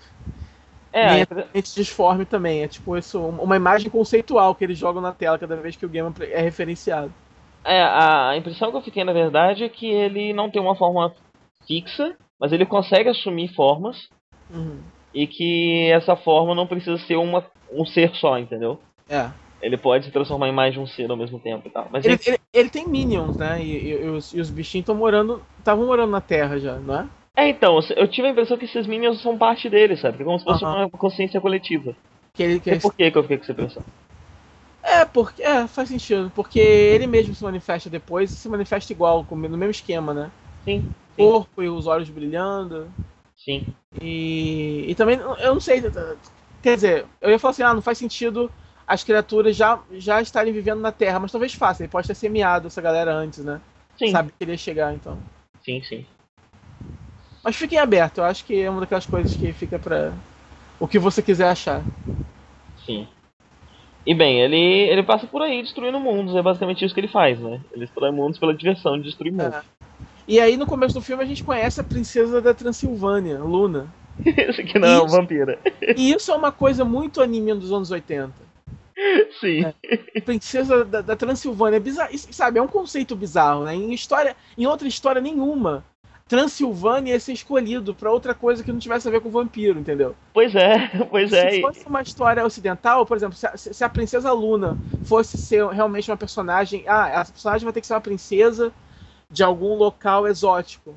é disforme também. É tipo isso, uma imagem conceitual que eles jogam na tela cada vez que o game é referenciado. A impressão que eu fiquei, na verdade, é que ele não tem uma forma fixa, mas ele consegue assumir formas. E que essa forma não precisa ser um ser só, entendeu? Ele pode se transformar em mais de um ser ao mesmo tempo e tal. Mas ele tem minions, né? E os bichinhos estavam morando na Terra já, não é? Então, eu tive a impressão que esses minions são parte dele, sabe? Como se fosse uma consciência coletiva. E por que eu fiquei com essa impressão? Porque faz sentido. Porque ele mesmo se manifesta depois e se manifesta igual, no mesmo esquema, né? Sim. O corpo e os olhos brilhando. Sim. E também, eu não sei, quer dizer, eu ia falar assim, não faz sentido as criaturas já estarem vivendo na Terra, mas talvez faça. Ele pode ter semeado essa galera antes, né? Sim. Sabe que ele ia chegar, então. Sim, sim. Mas fiquem abertos, eu acho que é uma daquelas coisas que fica pra o que você quiser achar. Sim. E bem, ele passa por aí destruindo mundos, é basicamente isso que ele faz, né? Ele destrói mundos pela diversão de destruir mundos. E aí no começo do filme a gente conhece a princesa da Transilvânia, Luna. Isso aqui não é uma vampira. E isso é uma coisa muito anime dos anos 80. Sim. Princesa da Transilvânia, é bizarro, sabe, é um conceito bizarro, né? Em outra história nenhuma, Transilvânia ia ser escolhido pra outra coisa que não tivesse a ver com vampiro, entendeu? Pois é. Se fosse uma história ocidental, por exemplo, se a princesa Luna fosse ser realmente uma personagem, essa personagem vai ter que ser uma princesa de algum local exótico.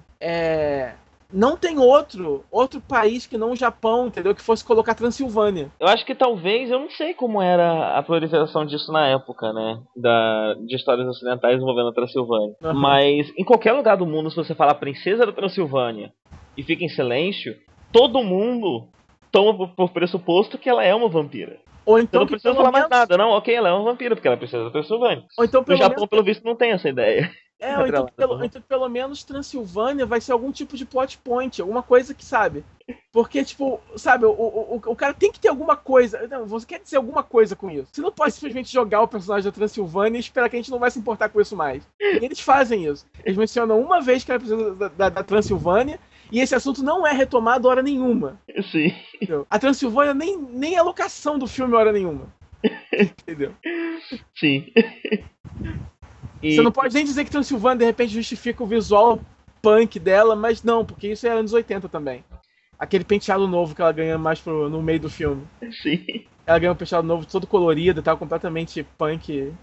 Não tem outro país que não o Japão, entendeu? Que fosse colocar Transilvânia. Eu acho que talvez, eu não sei como era a proliferação disso na época, né? De histórias ocidentais envolvendo a Transilvânia. Uhum. Mas em qualquer lugar do mundo, se você falar princesa da Transilvânia e fica em silêncio, todo mundo toma por pressuposto que ela é uma vampira. Ou então, você não precisa falar mais nada, não. Ok, ela é uma vampira, porque ela é princesa da Transilvânia. Ou então, no Japão, pelo visto, não tem essa ideia. Ou então, pelo menos Transilvânia vai ser algum tipo de plot point, alguma coisa que, sabe? Porque, tipo, sabe, o cara tem que ter alguma coisa. Não, você quer dizer alguma coisa com isso. Você não pode simplesmente jogar o personagem da Transilvânia e esperar que a gente não vai se importar com isso mais. E eles fazem isso. Eles mencionam uma vez que ela precisa da Transilvânia e esse assunto não é retomado hora nenhuma. Sim. Entendeu? A Transilvânia nem é locação do filme hora nenhuma. Entendeu? Sim. Você não pode nem dizer que Transilvânia de repente justifica o visual punk dela, mas não, porque isso é anos 80 também. Aquele penteado novo que ela ganha mais no meio do filme. Sim. Ela ganha um penteado novo todo colorido e tal, completamente punk.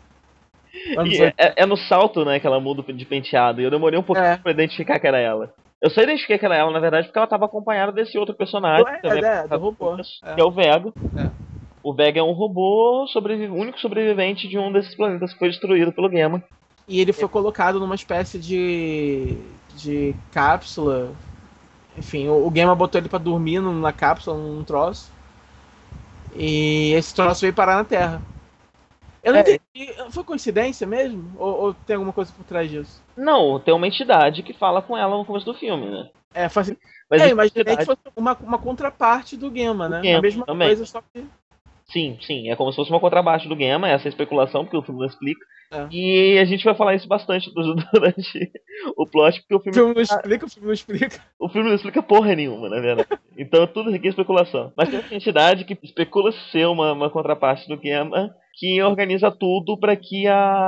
É no salto, né, que ela muda de penteado. E eu demorei um pouquinho pra identificar que era ela. Eu só identifiquei que era ela, na verdade, porque ela tava acompanhada desse outro personagem. Do robô. Que é o Vega. O Vega é um robô, único sobrevivente de um desses planetas que foi destruído pelo Gema. E ele foi colocado numa espécie de cápsula. Enfim, o Gema botou ele pra dormir na cápsula, num troço. E esse troço veio parar na Terra. Eu não entendi. Foi coincidência mesmo? Ou tem alguma coisa por trás disso? Não, tem uma entidade que fala com ela no começo do filme, né? Imaginei que fosse uma contraparte do Gema, né? A mesma também. Coisa, só que... Sim. É como se fosse uma contraparte do Gema, essa é a especulação, porque o filme não explica. E a gente vai falar isso bastante durante o plot, porque o filme não explica. O filme não explica porra nenhuma, na verdade. Então tudo isso aqui é especulação. Mas tem uma entidade que especula ser uma contraparte do Gema, que organiza tudo pra que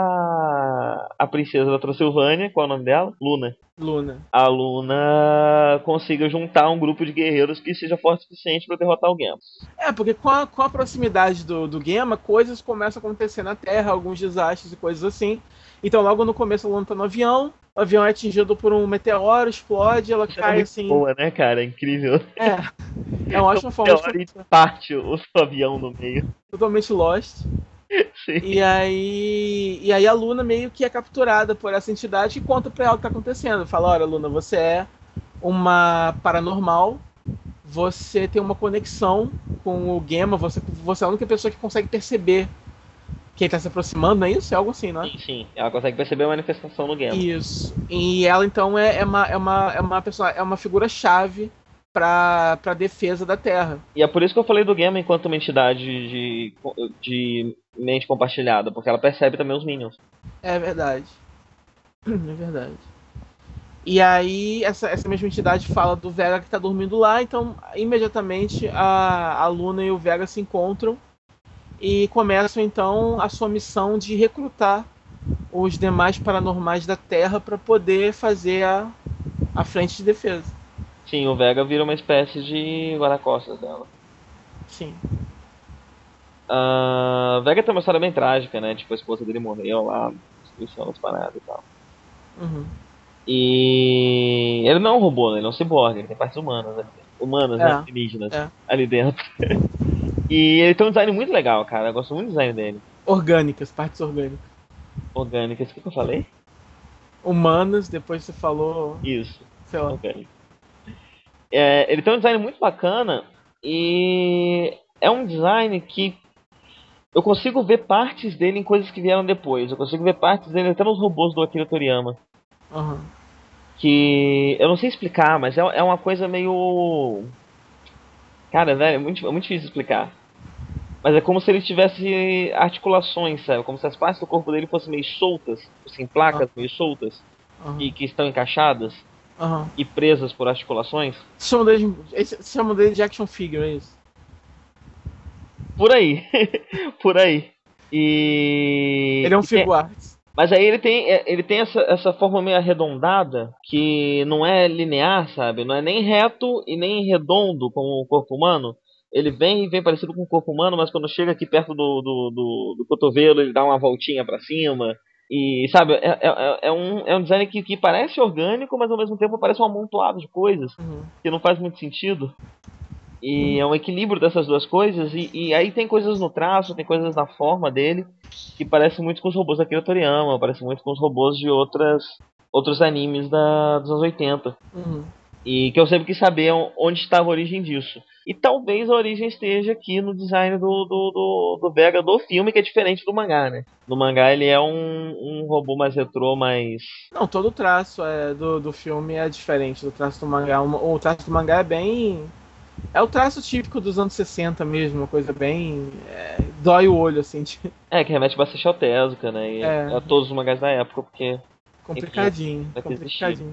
a princesa da Transilvânia, qual é o nome dela? Luna. A Luna consiga juntar um grupo de guerreiros que seja forte o suficiente pra derrotar o Gema. Porque com a proximidade do Gema, coisas começam a acontecer na Terra, alguns desastres e coisas assim. Então logo no começo a Luna tá no avião, o avião é atingido por um meteoro, explode, ela cai assim... boa, né, cara? É incrível. É uma ótima forma de parte o avião no meio. Totalmente lost. Sim. E aí a Luna meio que é capturada por essa entidade e conta pra ela o que tá acontecendo. Fala, olha, Luna, você é uma paranormal, você tem uma conexão com o Gema, você é a única pessoa que consegue perceber que ele tá se aproximando, não é isso? É algo assim, não é? Sim. Ela consegue perceber a manifestação no Gema. Isso. E ela, então, é uma figura-chave pra defesa da Terra. E é por isso que eu falei do Gema enquanto uma entidade de mente compartilhada, porque ela percebe também os Minions. É verdade. E aí, essa mesma entidade fala do Vega que tá dormindo lá, então, imediatamente, a Luna e o Vega se encontram e começam, então, a sua missão de recrutar os demais paranormais da Terra para poder fazer a frente de defesa. Sim, o Vega vira uma espécie de guarda-costas dela. Sim. Vega tem uma história bem trágica, né? Tipo, a esposa dele morreu lá, destruição das paradas e tal. Uhum. E ele não é um robô, né? Ele é um ciborgue, ele tem partes humanas, né? Alienígenas ali dentro. E ele tem um design muito legal, cara. Eu gosto muito do design dele. Partes orgânicas. Orgânicas, o que eu falei? Humanas, depois você falou... Isso. Sei lá. Orgânico. Ele tem um design muito bacana e é um design que Eu consigo ver partes dele em coisas que vieram depois. Eu consigo ver partes dele até nos robôs do Akira Toriyama. Uhum. Que eu não sei explicar, mas é uma coisa meio... Cara, velho, é muito difícil explicar. Mas é como se ele tivesse articulações, sabe? Como se as partes do corpo dele fossem meio soltas, assim, placas meio soltas, que estão encaixadas e presas por articulações. Eles chamam dele de action figure, é isso? Por aí. Por aí. E... Ele é um figuarts. Mas aí ele tem essa forma meio arredondada, que não é linear, sabe? Não é nem reto e nem redondo como o corpo humano. Ele vem parecido com o corpo humano, mas quando chega aqui perto do cotovelo, ele dá uma voltinha pra cima. E, sabe, é um design que parece orgânico, mas ao mesmo tempo parece um amontoado de coisas, que não faz muito sentido. E é um equilíbrio dessas duas coisas, e aí tem coisas no traço, tem coisas na forma dele, que parecem muito com os robôs da Akira Toriyama, parecem muito com os robôs de outros animes dos anos 80. E que eu sempre quis saber onde estava a origem disso. E talvez a origem esteja aqui no design do Vega do filme, que é diferente do mangá, né? No mangá ele é um robô mais retrô, mais... Não, todo o traço do filme é diferente do traço do mangá. O traço do mangá é bem... É o traço típico dos anos 60 mesmo, uma coisa bem... dói o olho, assim. Que remete bastante ao Tezuka, né? E a todos os mangás da época, porque... Complicadinho, complicadinho.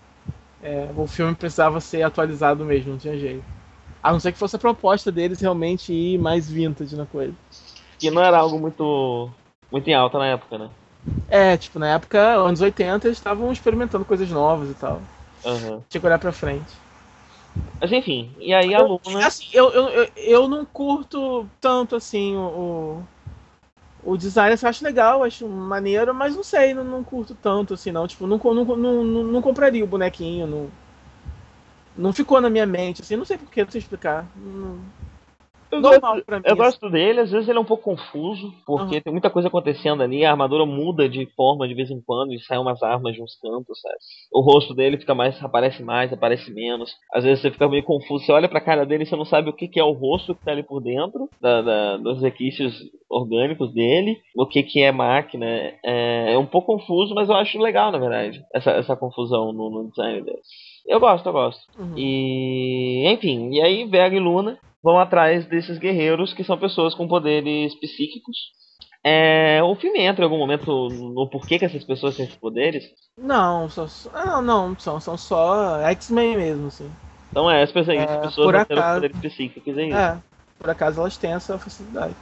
O filme precisava ser atualizado mesmo, não tinha jeito. A não ser que fosse a proposta deles realmente ir mais vintage na coisa. Que não era algo muito em alta na época, né? Tipo, na época, anos 80, eles estavam experimentando coisas novas e tal. Tinha que olhar pra frente. Mas enfim, e aí a Luna... Assim, eu não curto tanto, assim, o design, eu acho legal, acho maneiro, mas não sei, não curto tanto, assim, não. Tipo, não compraria o bonequinho, não ficou na minha mente, assim, não sei porquê, não sei explicar. Eu gosto dele, às vezes ele é um pouco confuso, porque tem muita coisa acontecendo ali, a armadura muda de forma de vez em quando, e saem umas armas de uns cantos, sabe? O rosto dele aparece mais, aparece menos. Às vezes você fica meio confuso, você olha pra cara dele e você não sabe o que é o rosto que tá ali por dentro, dos requisitos orgânicos dele, o que é máquina. É um pouco confuso, mas eu acho legal, na verdade, essa confusão no design dele. Eu gosto. E, enfim, e aí Vega e Luna vão atrás desses guerreiros que são pessoas com poderes psíquicos. O filme entra em algum momento no porquê que essas pessoas têm esses poderes? Não, são só X-Men mesmo, assim. Então as pessoas não têm poderes psíquicos, é isso? Por acaso elas têm essa facilidade.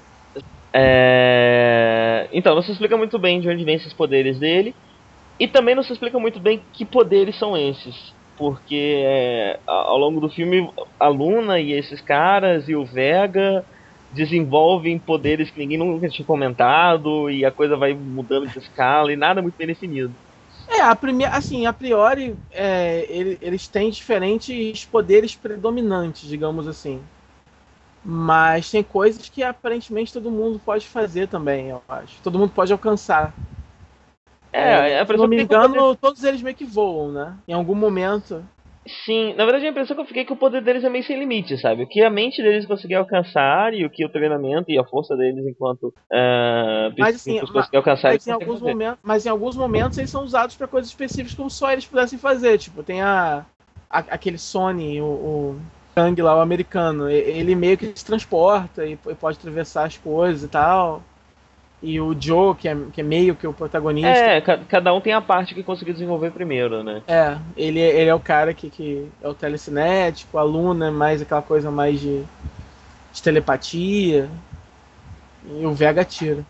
Então, não se explica muito bem de onde vêm esses poderes dele. E também não se explica muito bem que poderes são esses. Porque ao longo do filme a Luna e esses caras e o Vega desenvolvem poderes que ninguém nunca tinha comentado, e a coisa vai mudando de escala e nada muito bem definido. A priori eles têm diferentes poderes predominantes, digamos assim. Mas tem coisas que aparentemente todo mundo pode fazer também, eu acho. Todo mundo pode alcançar. Se não me engano, todos eles meio que voam, né? Em algum momento. Sim, na verdade a impressão que eu fiquei é que o poder deles é meio sem limite, sabe? O que a mente deles conseguir alcançar e o que o treinamento e a força deles enquanto conseguir alcançar. Mas em alguns momentos eles são usados para coisas específicas como só eles pudessem fazer. Tipo, tem aquele Sony, o Kang lá, o americano. Ele meio que se transporta e pode atravessar as coisas e tal. E o Joe, que é meio que o protagonista. Cada um tem a parte que conseguiu desenvolver primeiro, né? Ele é o cara que é o telecinético, a Luna é mais aquela coisa mais de telepatia. E o Vega tira.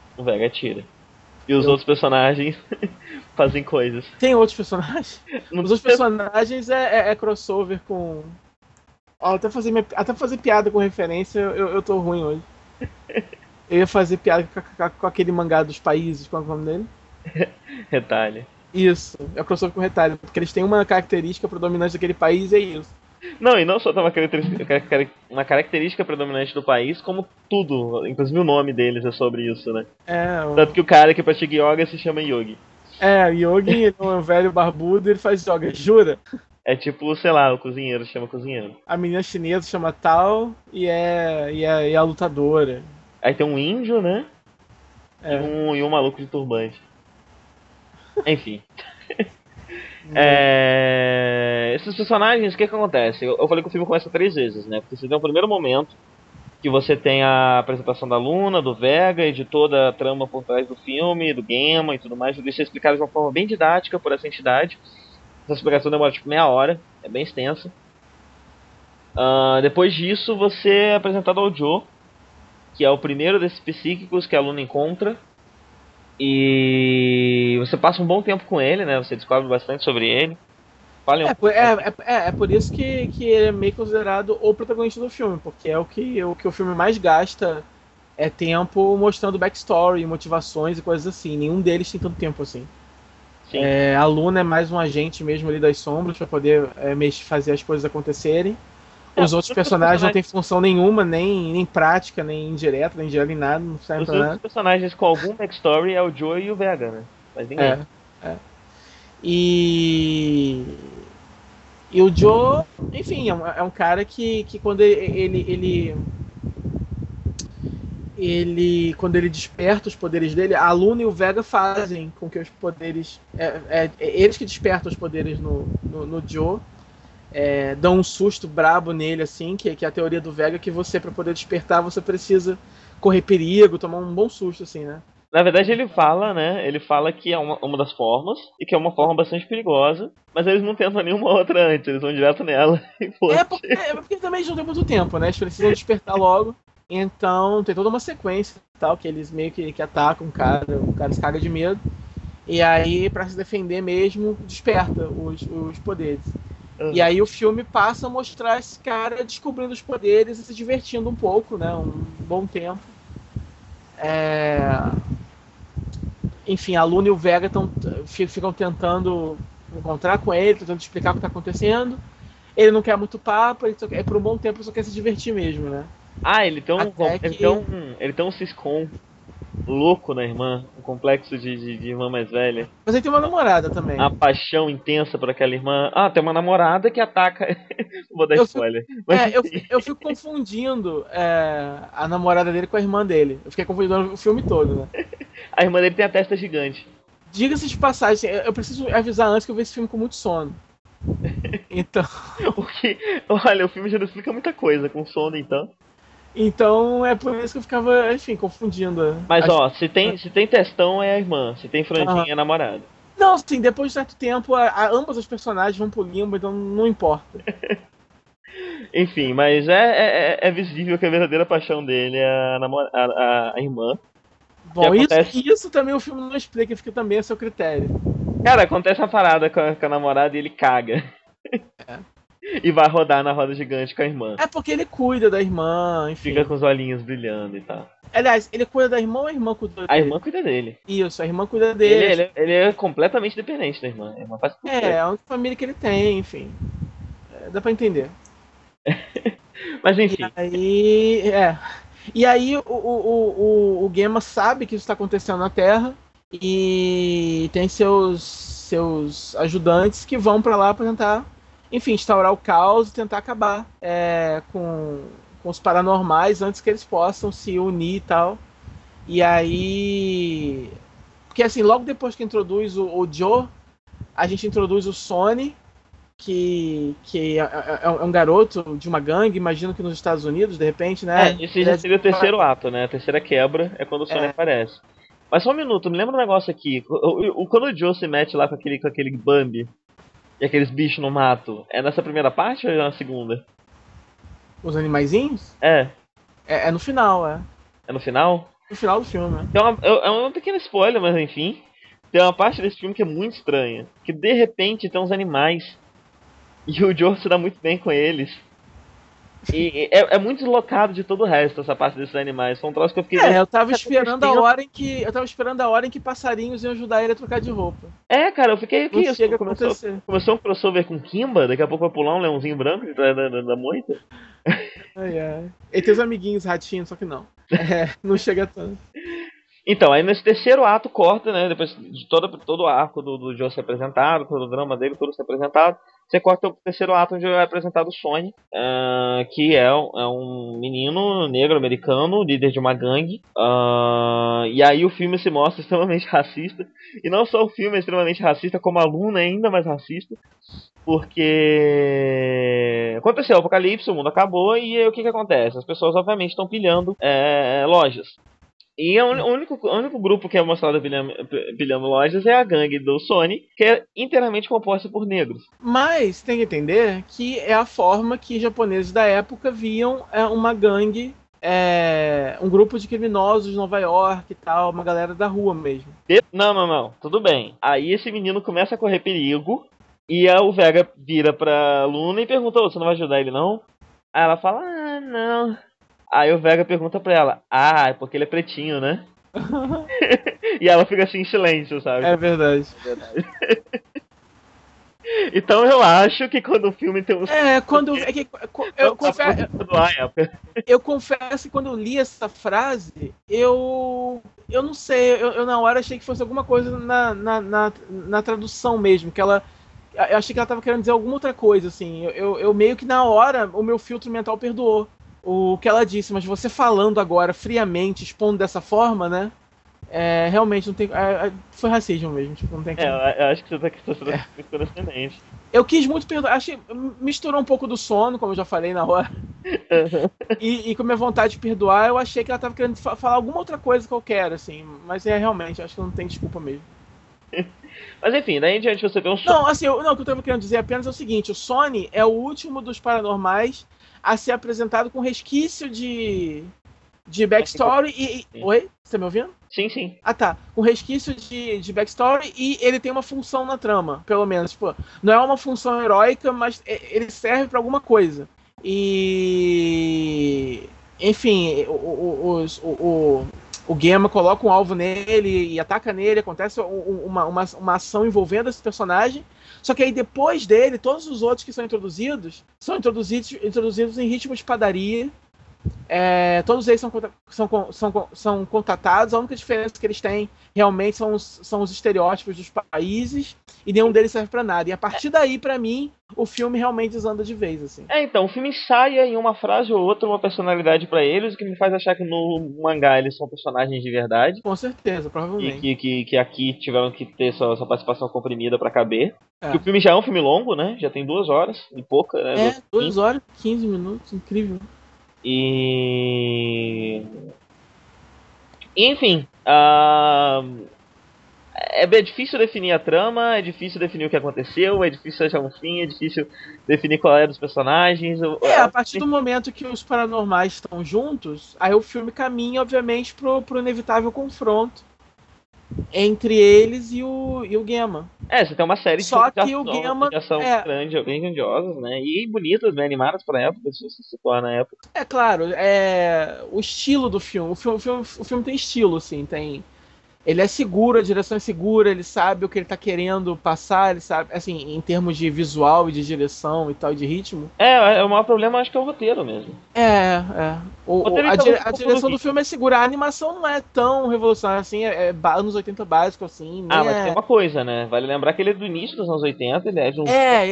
E os outros personagens fazem coisas. Tem outros personagens? Os outros personagens é crossover com... Até fazer piada com referência, eu tô ruim hoje. Eu ia fazer piada com aquele mangá dos países, qual é o nome dele? Retalho. Isso, é o crossover com retalho, porque eles têm uma característica predominante daquele país e é isso. Não, e não só uma característica predominante do país, como tudo, inclusive o nome deles é sobre isso, né? Tanto que o cara que pratica yoga se chama Yogi. Yogi é um velho barbudo e ele faz yoga, jura? É tipo, sei lá, o cozinheiro se chama cozinheiro. A menina chinesa chama Tao e é a lutadora. Aí tem um índio, né? E um maluco de turbante. Enfim. Esses personagens, o que acontece? Eu falei que o filme começa 3 vezes, né? Porque você tem o primeiro momento, que você tem a apresentação da Luna, do Vega e de toda a trama por trás do filme, do Gamma e tudo mais. Eu deixei explicado de uma forma bem didática por essa entidade. Essa explicação demora tipo meia hora, é bem extensa. Depois disso, você é apresentado ao Joe, que é o primeiro desses psíquicos que a Luna encontra. E você passa um bom tempo com ele, né? Você descobre bastante sobre ele. É por isso que ele é meio considerado o protagonista do filme, porque é o que o filme mais gasta tempo mostrando backstory, motivações e coisas assim. Nenhum deles tem tanto tempo assim. A Luna é mais um agente mesmo ali das sombras para poder fazer as coisas acontecerem. Os outros personagens não têm função nenhuma, nem prática, nem indireta, nem direta, nem nada, não serve pra nada. Os outros personagens com algum backstory é o Joe e o Vega, né? Mas ninguém. E o Joe, enfim, é um cara que quando quando ele desperta os poderes dele, a Luna e o Vega fazem com que os poderes... eles que despertam os poderes no Joe. Dão um susto brabo nele, assim, que é a teoria do Vega, que você, pra poder despertar, você precisa correr perigo, tomar um bom susto, assim, né? Na verdade ele fala, né? Ele fala que é uma das formas, e que é uma forma bastante perigosa, mas eles não tentam nenhuma outra antes, eles vão direto nela e porque também eles não tem muito tempo, né? Eles precisam despertar logo, então tem toda uma sequência e tal, que eles meio que atacam o cara se caga de medo, e aí, pra se defender mesmo, desperta os poderes. E aí o filme passa a mostrar esse cara descobrindo os poderes e se divertindo um pouco, né? Um bom tempo. Enfim, a Luna e o Vega ficam tentando encontrar com ele, tentando explicar o que está acontecendo. Ele não quer muito papo, por um bom tempo ele só quer se divertir mesmo, né? Ele tem um ciscom louco na irmã, um complexo de irmã mais velha. Mas ele tem uma namorada também. A paixão intensa por aquela irmã. Tem uma namorada que ataca. Não vou dar spoiler. Eu fico confundindo a namorada dele com a irmã dele. Eu fiquei confundindo o filme todo, né? A irmã dele tem a testa gigante. Diga-se de passagem, eu preciso avisar antes que eu vejo esse filme com muito sono. Então. Olha, o filme já não explica muita coisa com sono, então. Então é por isso que eu ficava, enfim, confundindo. Mas se tem testão é a irmã, se tem franjinha é a namorada. Não, sim, depois de certo tempo, ambas as personagens vão pro limbo, então não importa. Enfim, mas é visível que a verdadeira paixão dele é a irmã. Bom, isso também o filme não explica, fica também a seu critério. Cara, acontece uma parada com a namorada e ele caga. E vai rodar na roda gigante com a irmã. É porque ele cuida da irmã, enfim. Fica com os olhinhos brilhando e tal. Aliás, ele cuida da irmã ou a irmã cuida dele? A irmã cuida dele. Isso, a irmã cuida dele. Ele é completamente dependente da irmã. A irmã faz tudo. É a única família que ele tem, enfim. Dá pra entender. Mas enfim. E aí o Gamma sabe que isso está acontecendo na Terra e tem seus ajudantes que vão pra lá pra tentar, enfim, instaurar o caos e tentar acabar com os paranormais antes que eles possam se unir e tal. E aí... Porque assim, logo depois que introduz o Joe, a gente introduz o Sonny, que é um garoto de uma gangue, imagino que nos Estados Unidos, de repente, né? Esse já seria o terceiro ato, né? A terceira quebra é quando o Sonny aparece. Mas só um minuto, me lembra um negócio aqui. Quando o Joe se mete lá com aquele Bambi e aqueles bichos no mato, é nessa primeira parte ou é na segunda? Os animaizinhos? É no final, É no final? No final do filme, né? É um pequeno spoiler, mas enfim. Tem uma parte desse filme que é muito estranha. Que de repente tem uns animais e o Joe se dá muito bem com eles. E é muito deslocado de todo o resto, essa parte desses animais. Foi um troço que eu fiquei... eu tava esperando a hora em que passarinhos iam ajudar ele a trocar de roupa. Cara, eu fiquei... Não isso? Chega Começou um crossover com Kimba, daqui a pouco vai pular um leãozinho branco da moita. Ele tem os amiguinhos ratinhos, só que não. Não chega tanto. Então, aí nesse terceiro ato corta, né? Depois de todo o arco do Joe ser apresentado, todo o drama dele, tudo ser apresentado. você corta o terceiro ato onde é apresentado o Sonny, que é um menino negro americano, líder de uma gangue. E aí o filme se mostra extremamente racista. E não só o filme é extremamente racista, como a Luna é ainda mais racista. Porque aconteceu o apocalipse, o mundo acabou, e aí, o que acontece? As pessoas obviamente estão pilhando lojas. E o único grupo que é mostrado pilhando lojas é a gangue do Sonny, que é inteiramente composta por negros. Mas tem que entender que é a forma que japoneses da época viam uma gangue, um grupo de criminosos de Nova York e tal, uma galera da rua mesmo. Não, tudo bem. Aí esse menino começa a correr perigo, e o Vega vira pra Luna e pergunta: você não vai ajudar ele não? Aí ela fala: não. Aí o Vega pergunta pra ela: é porque ele é pretinho, né? E ela fica assim em silêncio, sabe? É verdade. Então eu acho que quando o filme tem eu confesso que quando eu li essa frase, eu não sei, eu na hora achei que fosse alguma coisa na tradução mesmo, que eu achei que ela tava querendo dizer alguma outra coisa, assim. Eu meio que na hora o meu filtro mental perdoou o que ela disse, mas você falando agora friamente, expondo dessa forma, né? Realmente não tem. Foi racismo mesmo, tipo, não tem como. Eu acho que você tá ficando ascendente. Eu quis muito perdoar, misturou um pouco do sono, como eu já falei na hora. E com a minha vontade de perdoar, eu achei que ela tava querendo falar alguma outra coisa qualquer, assim. Mas realmente, acho que não tem desculpa mesmo. Mas enfim, daí em diante você vê um Não, assim, o que eu tava querendo dizer apenas é o seguinte: o Sonny é o último dos paranormais a ser apresentado com resquício de backstory e... Oi? Você tá me ouvindo? Sim. Ah, tá. Com resquício de backstory e ele tem uma função na trama, pelo menos. Tipo, não é uma função heróica, mas ele serve pra alguma coisa. E... Enfim, o Gemma coloca um alvo nele e ataca nele, acontece uma ação envolvendo esse personagem. Só que aí depois dele, todos os outros que são introduzidos em ritmo de padaria. Todos eles são contatados. A única diferença que eles têm realmente são os estereótipos dos países, e nenhum deles serve pra nada. E a partir daí, pra mim, o filme realmente desanda de vez, assim. Então, o filme ensaia em uma frase ou outra uma personalidade pra eles, o que me faz achar que no mangá eles são personagens de verdade. Com certeza, provavelmente. E que aqui tiveram que ter sua participação comprimida pra caber. Que o filme já é um filme longo, né? Já tem 2 horas e pouca, né? 2 horas e 15 minutos, incrível. Enfim, é difícil definir a trama, é difícil definir o que aconteceu, é difícil achar um fim, é difícil definir qual é dos personagens. A partir do momento que os paranormais estão juntos, aí o filme caminha, obviamente, pro inevitável confronto entre eles e o Gemma. Você tem uma série de Só que o Gemma ação bem grandiosas, né? E bonitas, bem animadas pra época, se você situar na época. Claro, o estilo do filme. O filme tem estilo, assim, tem... Ele é seguro, a direção é segura, ele sabe o que ele tá querendo passar, ele sabe, assim, em termos de visual e de direção e tal, de ritmo. O maior problema acho que é o roteiro mesmo. A direção do filme é segura, a animação não é tão revolucionária assim, anos 80 básico, assim. Mas tem uma coisa, né? Vale lembrar que ele é do início dos anos 80, ele é de um...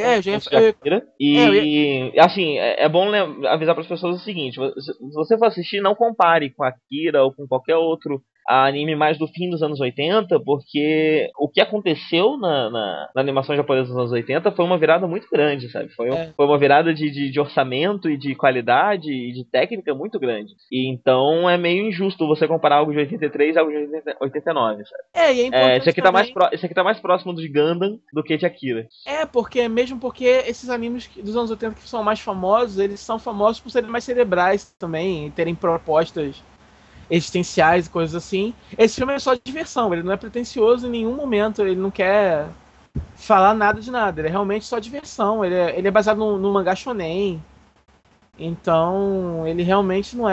assim, é bom avisar para as pessoas o seguinte: se você for assistir, não compare com Akira ou com qualquer outro anime mais do fim dos anos 80, porque o que aconteceu na animação japonesa dos anos 80 foi uma virada muito grande, sabe? Foi uma virada de orçamento e de qualidade e de técnica muito grande. E então é meio injusto você comparar algo de 83 a algo de 89, sabe? Esse aqui tá mais próximo de Gundam do que de Akira. Porque esses animes dos anos 80 que são mais famosos, eles são famosos por serem mais cerebrais também, terem propostas existenciais e coisas assim. Esse filme é só diversão, ele não é pretencioso em nenhum momento, ele não quer falar nada de nada, ele é realmente só diversão, ele é baseado no mangá shonen, então ele realmente não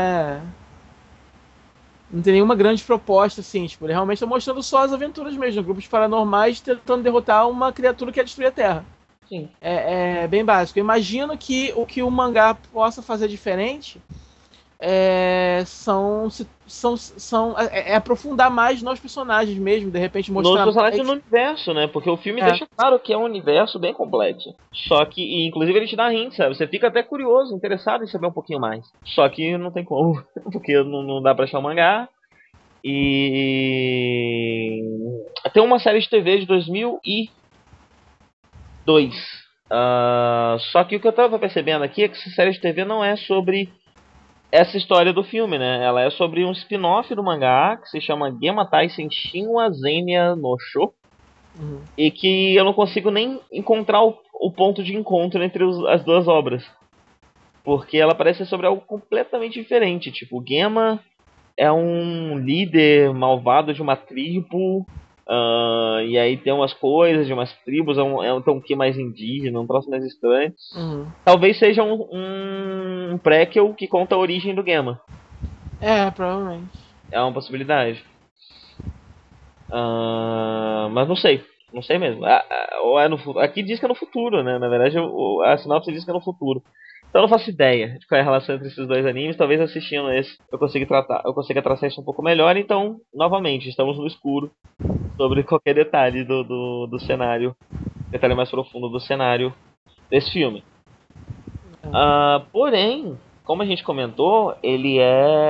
tem nenhuma grande proposta, assim, tipo, ele realmente tá mostrando só as aventuras mesmo, grupos paranormais tentando derrotar uma criatura que quer destruir a Terra. Sim. É bem básico. Eu imagino que o mangá possa fazer diferente são aprofundar mais nos personagens mesmo, de repente mostrar nos personagens no universo, né? Porque o filme deixa claro que é um universo bem complexo. Só que, inclusive, ele te dá hints, sabe? Você fica até curioso, interessado em saber um pouquinho mais. Só que não tem como, porque não dá pra achar o mangá. E tem uma série de TV de 2002. Só que o que eu tava percebendo aqui é que essa série de TV não é sobre essa história do filme, né? Ela é sobre um spin-off do mangá que se chama Gematai Senshinwa Zenya no Sho. E que eu não consigo nem encontrar o ponto de encontro entre as duas obras. Porque ela parece ser sobre algo completamente diferente. Tipo, Gema é um líder malvado de uma tribo. E aí tem umas coisas de umas tribos, tem um que mais indígena, um troço mais estranho. Talvez seja um prequel que conta a origem do Gema. Provavelmente. É uma possibilidade. Mas não sei. Não sei mesmo. Aqui diz que é no futuro, né? Na verdade, a sinopse diz que é no futuro. Então eu não faço ideia de qual é a relação entre esses dois animes. Talvez assistindo esse eu consiga traçar isso um pouco melhor. Então, novamente, estamos no escuro sobre qualquer detalhe do cenário. Detalhe mais profundo do cenário desse filme. Porém, como a gente comentou, ele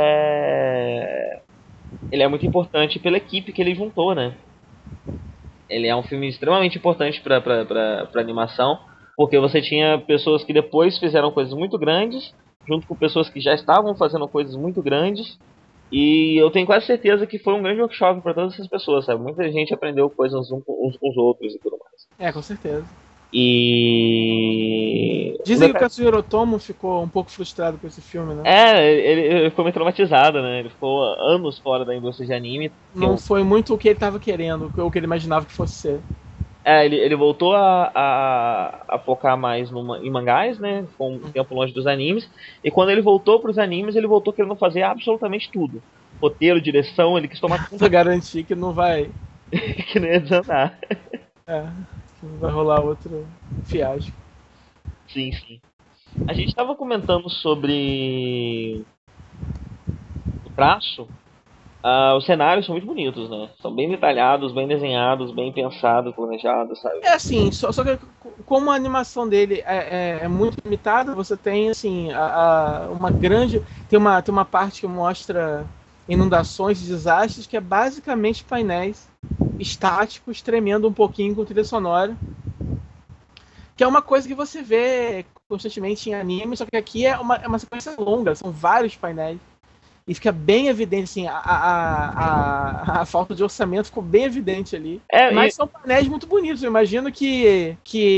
é muito importante pela equipe que ele juntou, né? Ele é um filme extremamente importante para animação, porque você tinha pessoas que depois fizeram coisas muito grandes, junto com pessoas que já estavam fazendo coisas muito grandes, e eu tenho quase certeza que foi um grande workshop para todas essas pessoas, sabe? Muita gente aprendeu coisas uns com os outros e tudo mais. Com certeza. E... Dizem que o Katsuhiro Otomo ficou um pouco frustrado com esse filme, né? Ele ficou meio traumatizado, né? Ele ficou anos fora da indústria de anime. Não foi muito o que ele estava querendo, o que ele imaginava que fosse ser. Ele voltou a focar mais em mangás, né? Ficou um tempo longe dos animes. E quando ele voltou pros animes, ele voltou querendo fazer absolutamente tudo. Roteiro, direção, ele quis tomar pra garantir que não vai... que não ia desandar. Que não vai rolar outro fiasco. Sim. A gente estava comentando sobre o traço. Os cenários são muito bonitos, né? São bem detalhados, bem desenhados, bem pensados, planejados, sabe? Assim, só que como a animação dele é muito limitada, você tem, assim, uma grande... Tem uma parte que mostra inundações e desastres, que é basicamente painéis estáticos, tremendo um pouquinho com trilha sonora. Que é uma coisa que você vê constantemente em anime, só que aqui é uma sequência longa, são vários painéis. E fica bem evidente, assim, a falta de orçamento ficou bem evidente ali. Mas são painéis muito bonitos. Eu imagino que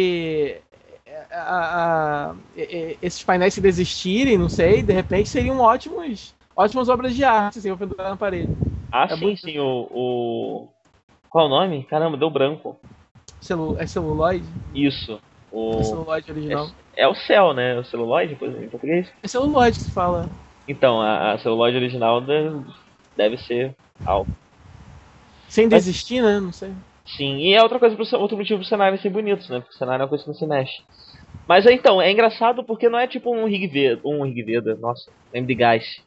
esses painéis, se desistirem, não sei, de repente seriam ótimas obras de arte, assim, pendurar na parede. Sim. Qual é o nome? Caramba, deu branco. É celuloide? Isso. É celuloide original. É o céu, né? O celuloide, em português? É celuloide que se fala. Então, a celuloide original deve ser alto. Sem desistir, né? Não sei. Sim, e é outro motivo pro cenário ser bonito, né? Porque o cenário é uma coisa que não se mexe. Mas então, é engraçado porque não é tipo um Rigveda, nossa, lembro de Gás.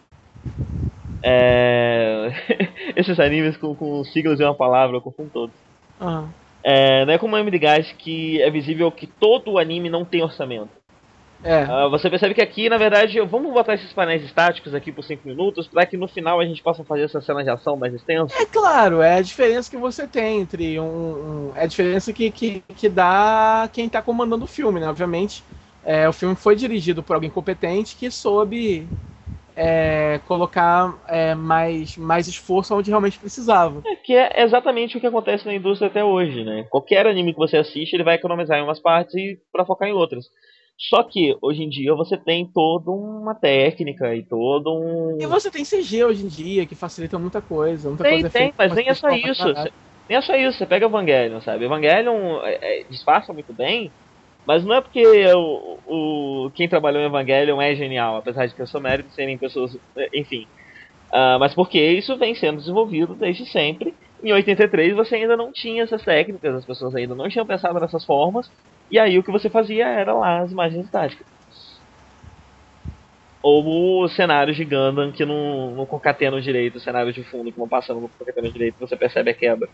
Esses animes com siglas de uma palavra, eu confundo todos. Não é como o M de Gás que é visível que todo o anime não tem orçamento. Você percebe que aqui, na verdade, vamos botar esses painéis estáticos aqui por 5 minutos para que no final a gente possa fazer essa cena de ação mais extensa. É claro, é a diferença que você tem entre é a diferença que dá quem tá comandando o filme, né? Obviamente, o filme foi dirigido por alguém competente que soube colocar mais esforço onde realmente precisava. Que é exatamente o que acontece na indústria até hoje, né? Qualquer anime que você assiste, ele vai economizar em umas partes para focar em outras. Só que, hoje em dia, você tem toda uma técnica e todo um... E você tem CG hoje em dia, que facilita muita coisa. Mas nem é só isso. Nem é só isso. Você pega Evangelion, sabe? Evangelion disfarça muito bem, mas não é porque quem trabalhou em Evangelion é genial, apesar de ter o seu mérito de serem pessoas... Enfim. Mas porque isso vem sendo desenvolvido desde sempre. Em 83 você ainda não tinha essas técnicas, as pessoas ainda não tinham pensado nessas formas. E aí o que você fazia era lá as imagens estáticas. Ou os cenários de Gundam que não concatenam direito, os cenários de fundo que vão passando não concatenam direito, você percebe a quebra.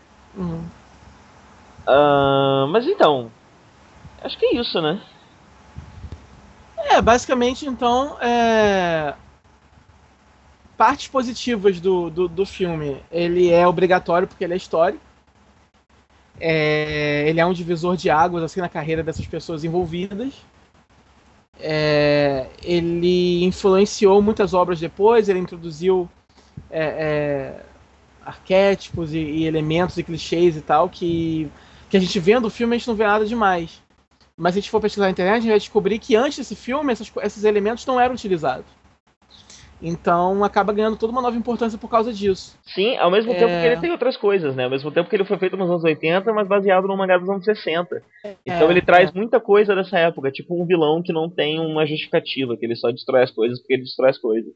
Mas então, acho que é isso, né? Basicamente, então, partes positivas do filme. Ele é obrigatório porque ele é histórico. Ele é um divisor de águas assim na carreira dessas pessoas envolvidas. Ele influenciou muitas obras depois. Ele introduziu arquétipos e elementos e clichês e tal que a gente vendo o filme a gente não vê nada demais. Mas se a gente for pesquisar na internet, a gente vai descobrir que antes desse filme esses elementos não eram utilizados. Então acaba ganhando toda uma nova importância por causa disso. Sim, ao mesmo tempo que ele tem outras coisas, né? Ao mesmo tempo que ele foi feito nos anos 80, mas baseado num mangá dos anos 60. Então ele traz muita coisa dessa época, tipo um vilão que não tem uma justificativa, que ele só destrói as coisas porque ele destrói as coisas.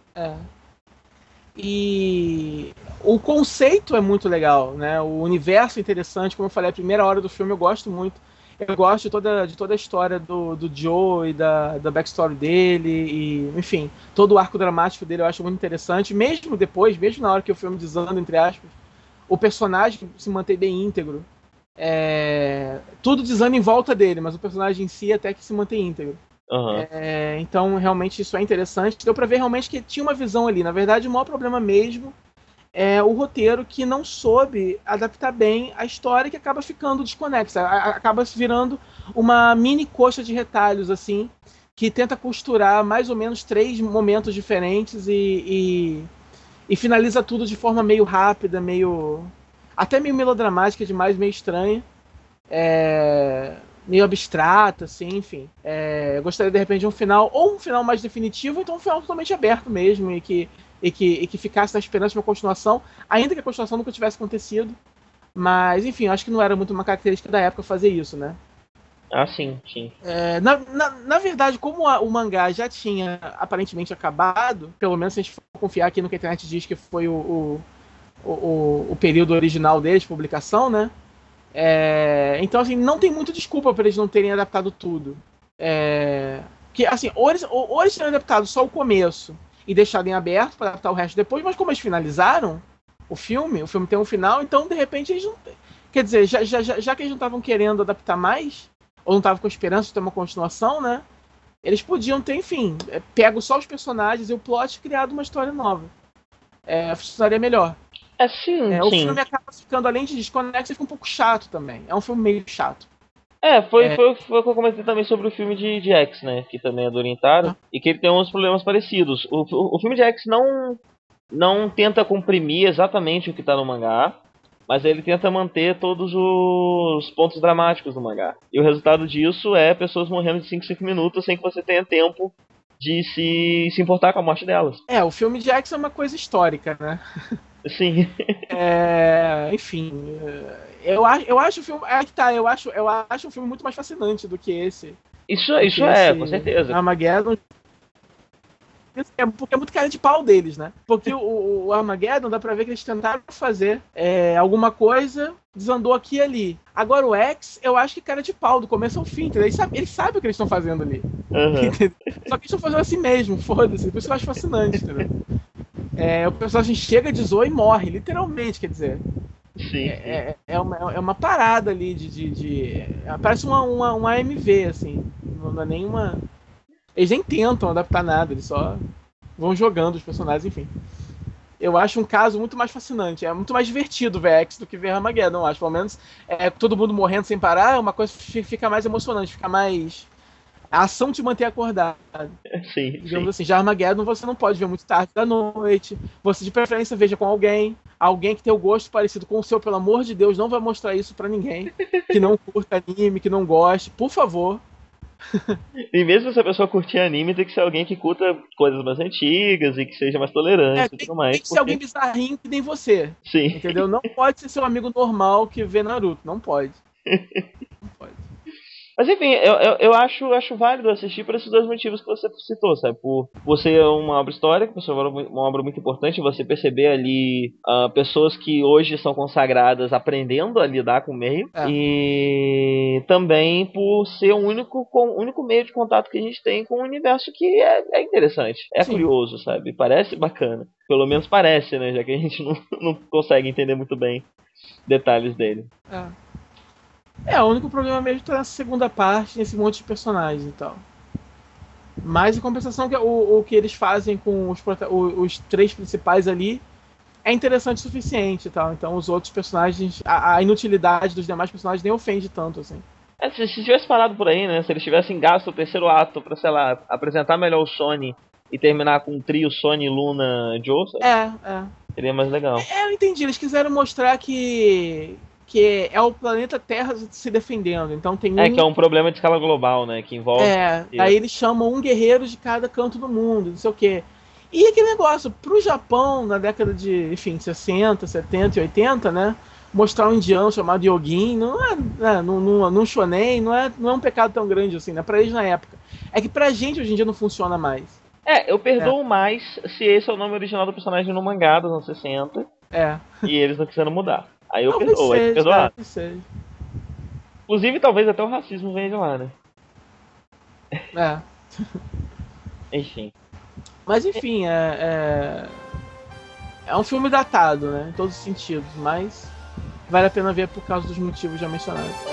E o conceito é muito legal, né? O universo é interessante, como eu falei, a primeira hora do filme eu gosto muito. Eu gosto de toda a história do Joe e da backstory dele, e, enfim, todo o arco dramático dele eu acho muito interessante. Mesmo depois, mesmo na hora que o filme desanda, entre aspas, o personagem se mantém bem íntegro. Tudo desanda em volta dele, mas o personagem em si até que se mantém íntegro. Então, realmente, isso é interessante. Deu pra ver realmente que tinha uma visão ali. Na verdade, o maior problema mesmo é o roteiro que não soube adaptar bem a história, que acaba ficando desconexa. Acaba se virando uma mini coxa de retalhos, assim, que tenta costurar mais ou menos 3 momentos diferentes e finaliza tudo de forma meio rápida, até meio melodramática demais, meio estranha. Meio abstrata, assim, enfim. Eu gostaria, de repente, de um final, ou um final mais definitivo, ou então um final totalmente aberto mesmo, e que ficasse na esperança de uma continuação, ainda que a continuação nunca tivesse acontecido. Mas, enfim, acho que não era muito uma característica da época fazer isso, né? Sim. Na verdade, como o mangá já tinha aparentemente acabado, pelo menos se a gente for confiar aqui no que a internet diz que foi o período original deles, de publicação, né? Então, assim, não tem muita desculpa para eles não terem adaptado tudo. Que, assim, ou eles terem adaptado só o começo e deixado em aberto para adaptar o resto depois, mas como eles finalizaram o filme tem um final, então, de repente, eles não... Quer dizer, já que eles não estavam querendo adaptar mais, ou não estavam com esperança de ter uma continuação, né? Eles podiam ter, enfim, pego só os personagens e o plot e criado uma história nova. Funcionaria melhor. Sim. O filme acaba ficando, além de desconexo, fica um pouco chato também. É um filme meio chato. Foi o que eu comentei também sobre o filme de X, né? Que também é do Orientaro. E que ele tem uns problemas parecidos. O filme de X não tenta comprimir exatamente o que tá no mangá, mas ele tenta manter todos os pontos dramáticos do mangá. E o resultado disso é pessoas morrendo de 5 minutos sem que você tenha tempo de se importar com a morte delas. O filme de X é uma coisa histórica, né? Sim. Enfim, eu acho o filme. Eu acho um filme muito mais fascinante do que esse. Isso com certeza. Armageddon. Porque é muito cara de pau deles, né? Porque o Armageddon dá pra ver que eles tentaram fazer alguma coisa, desandou aqui e ali. Agora o X, eu acho que cara de pau, do começo ao fim, entendeu? Eles sabem o que eles estão fazendo ali. Só que eles estão fazendo assim mesmo, foda-se. Por isso eu acho fascinante, entendeu? O personagem chega, deszoa e morre, literalmente, quer dizer. Sim. É uma parada ali parece uma AMV, assim. Não é nenhuma. Eles nem tentam adaptar nada, eles só vão jogando os personagens, enfim. Eu acho um caso muito mais fascinante. É muito mais divertido ver X do que ver Armageddon, eu acho. Pelo menos todo mundo morrendo sem parar, é uma coisa que fica mais emocionante, fica mais. A ação te manter acordado. Sim. Digamos assim, já Armageddon você não pode ver muito tarde da noite. Você de preferência veja com alguém que tem o gosto parecido com o seu, pelo amor de Deus, não vai mostrar isso pra ninguém. Que não curta anime, que não goste, por favor. E mesmo se a pessoa curtir anime, tem que ser alguém que curta coisas mais antigas e que seja mais tolerante e tudo mais. Tem que ser alguém bizarrinho que nem você. Sim. Entendeu? Não pode ser seu amigo normal que vê Naruto. Não pode. Não pode. Mas enfim, eu acho válido assistir por esses dois motivos que você citou, sabe? Por ser uma obra histórica, por ser uma obra muito importante, você perceber ali pessoas que hoje são consagradas aprendendo a lidar com o meio. E também por ser o único meio de contato que a gente tem com o universo que é interessante. É Sim. Curioso, sabe? Parece bacana. Pelo menos parece, né? Já que a gente não consegue entender muito bem detalhes dele. O único problema mesmo tá nessa segunda parte, nesse monte de personagens e tal. Mas em compensação, o que eles fazem com os três principais ali é interessante o suficiente e tal. Então os outros personagens, a inutilidade dos demais personagens nem ofende tanto, assim. Se tivesse parado por aí, né? Se eles tivessem gasto o terceiro ato pra, sei lá, apresentar melhor o Sony e terminar com um trio Sony, Luna, Joe, sabe? Seria mais legal. Eu entendi, eles quiseram mostrar que é o planeta Terra se defendendo. Então tem que é um problema de escala global, né? Que envolve... Aí eles chamam um guerreiro de cada canto do mundo, não sei o quê. E aquele negócio, pro Japão, na década de, 60, 70 e 80, né? Mostrar um indiano chamado Yogin, num shonen, não é um pecado tão grande assim, né? Pra eles na época. É que pra gente hoje em dia não funciona mais. Eu perdoo mais se esse é o nome original do personagem no mangá dos anos 60. E eles não quiseram mudar. Aí eu perdoo, aí perdoar. Inclusive, talvez até o racismo venha de lá, né? Enfim. Mas enfim, é um filme datado, né? Em todos os sentidos, mas vale a pena ver por causa dos motivos já mencionados.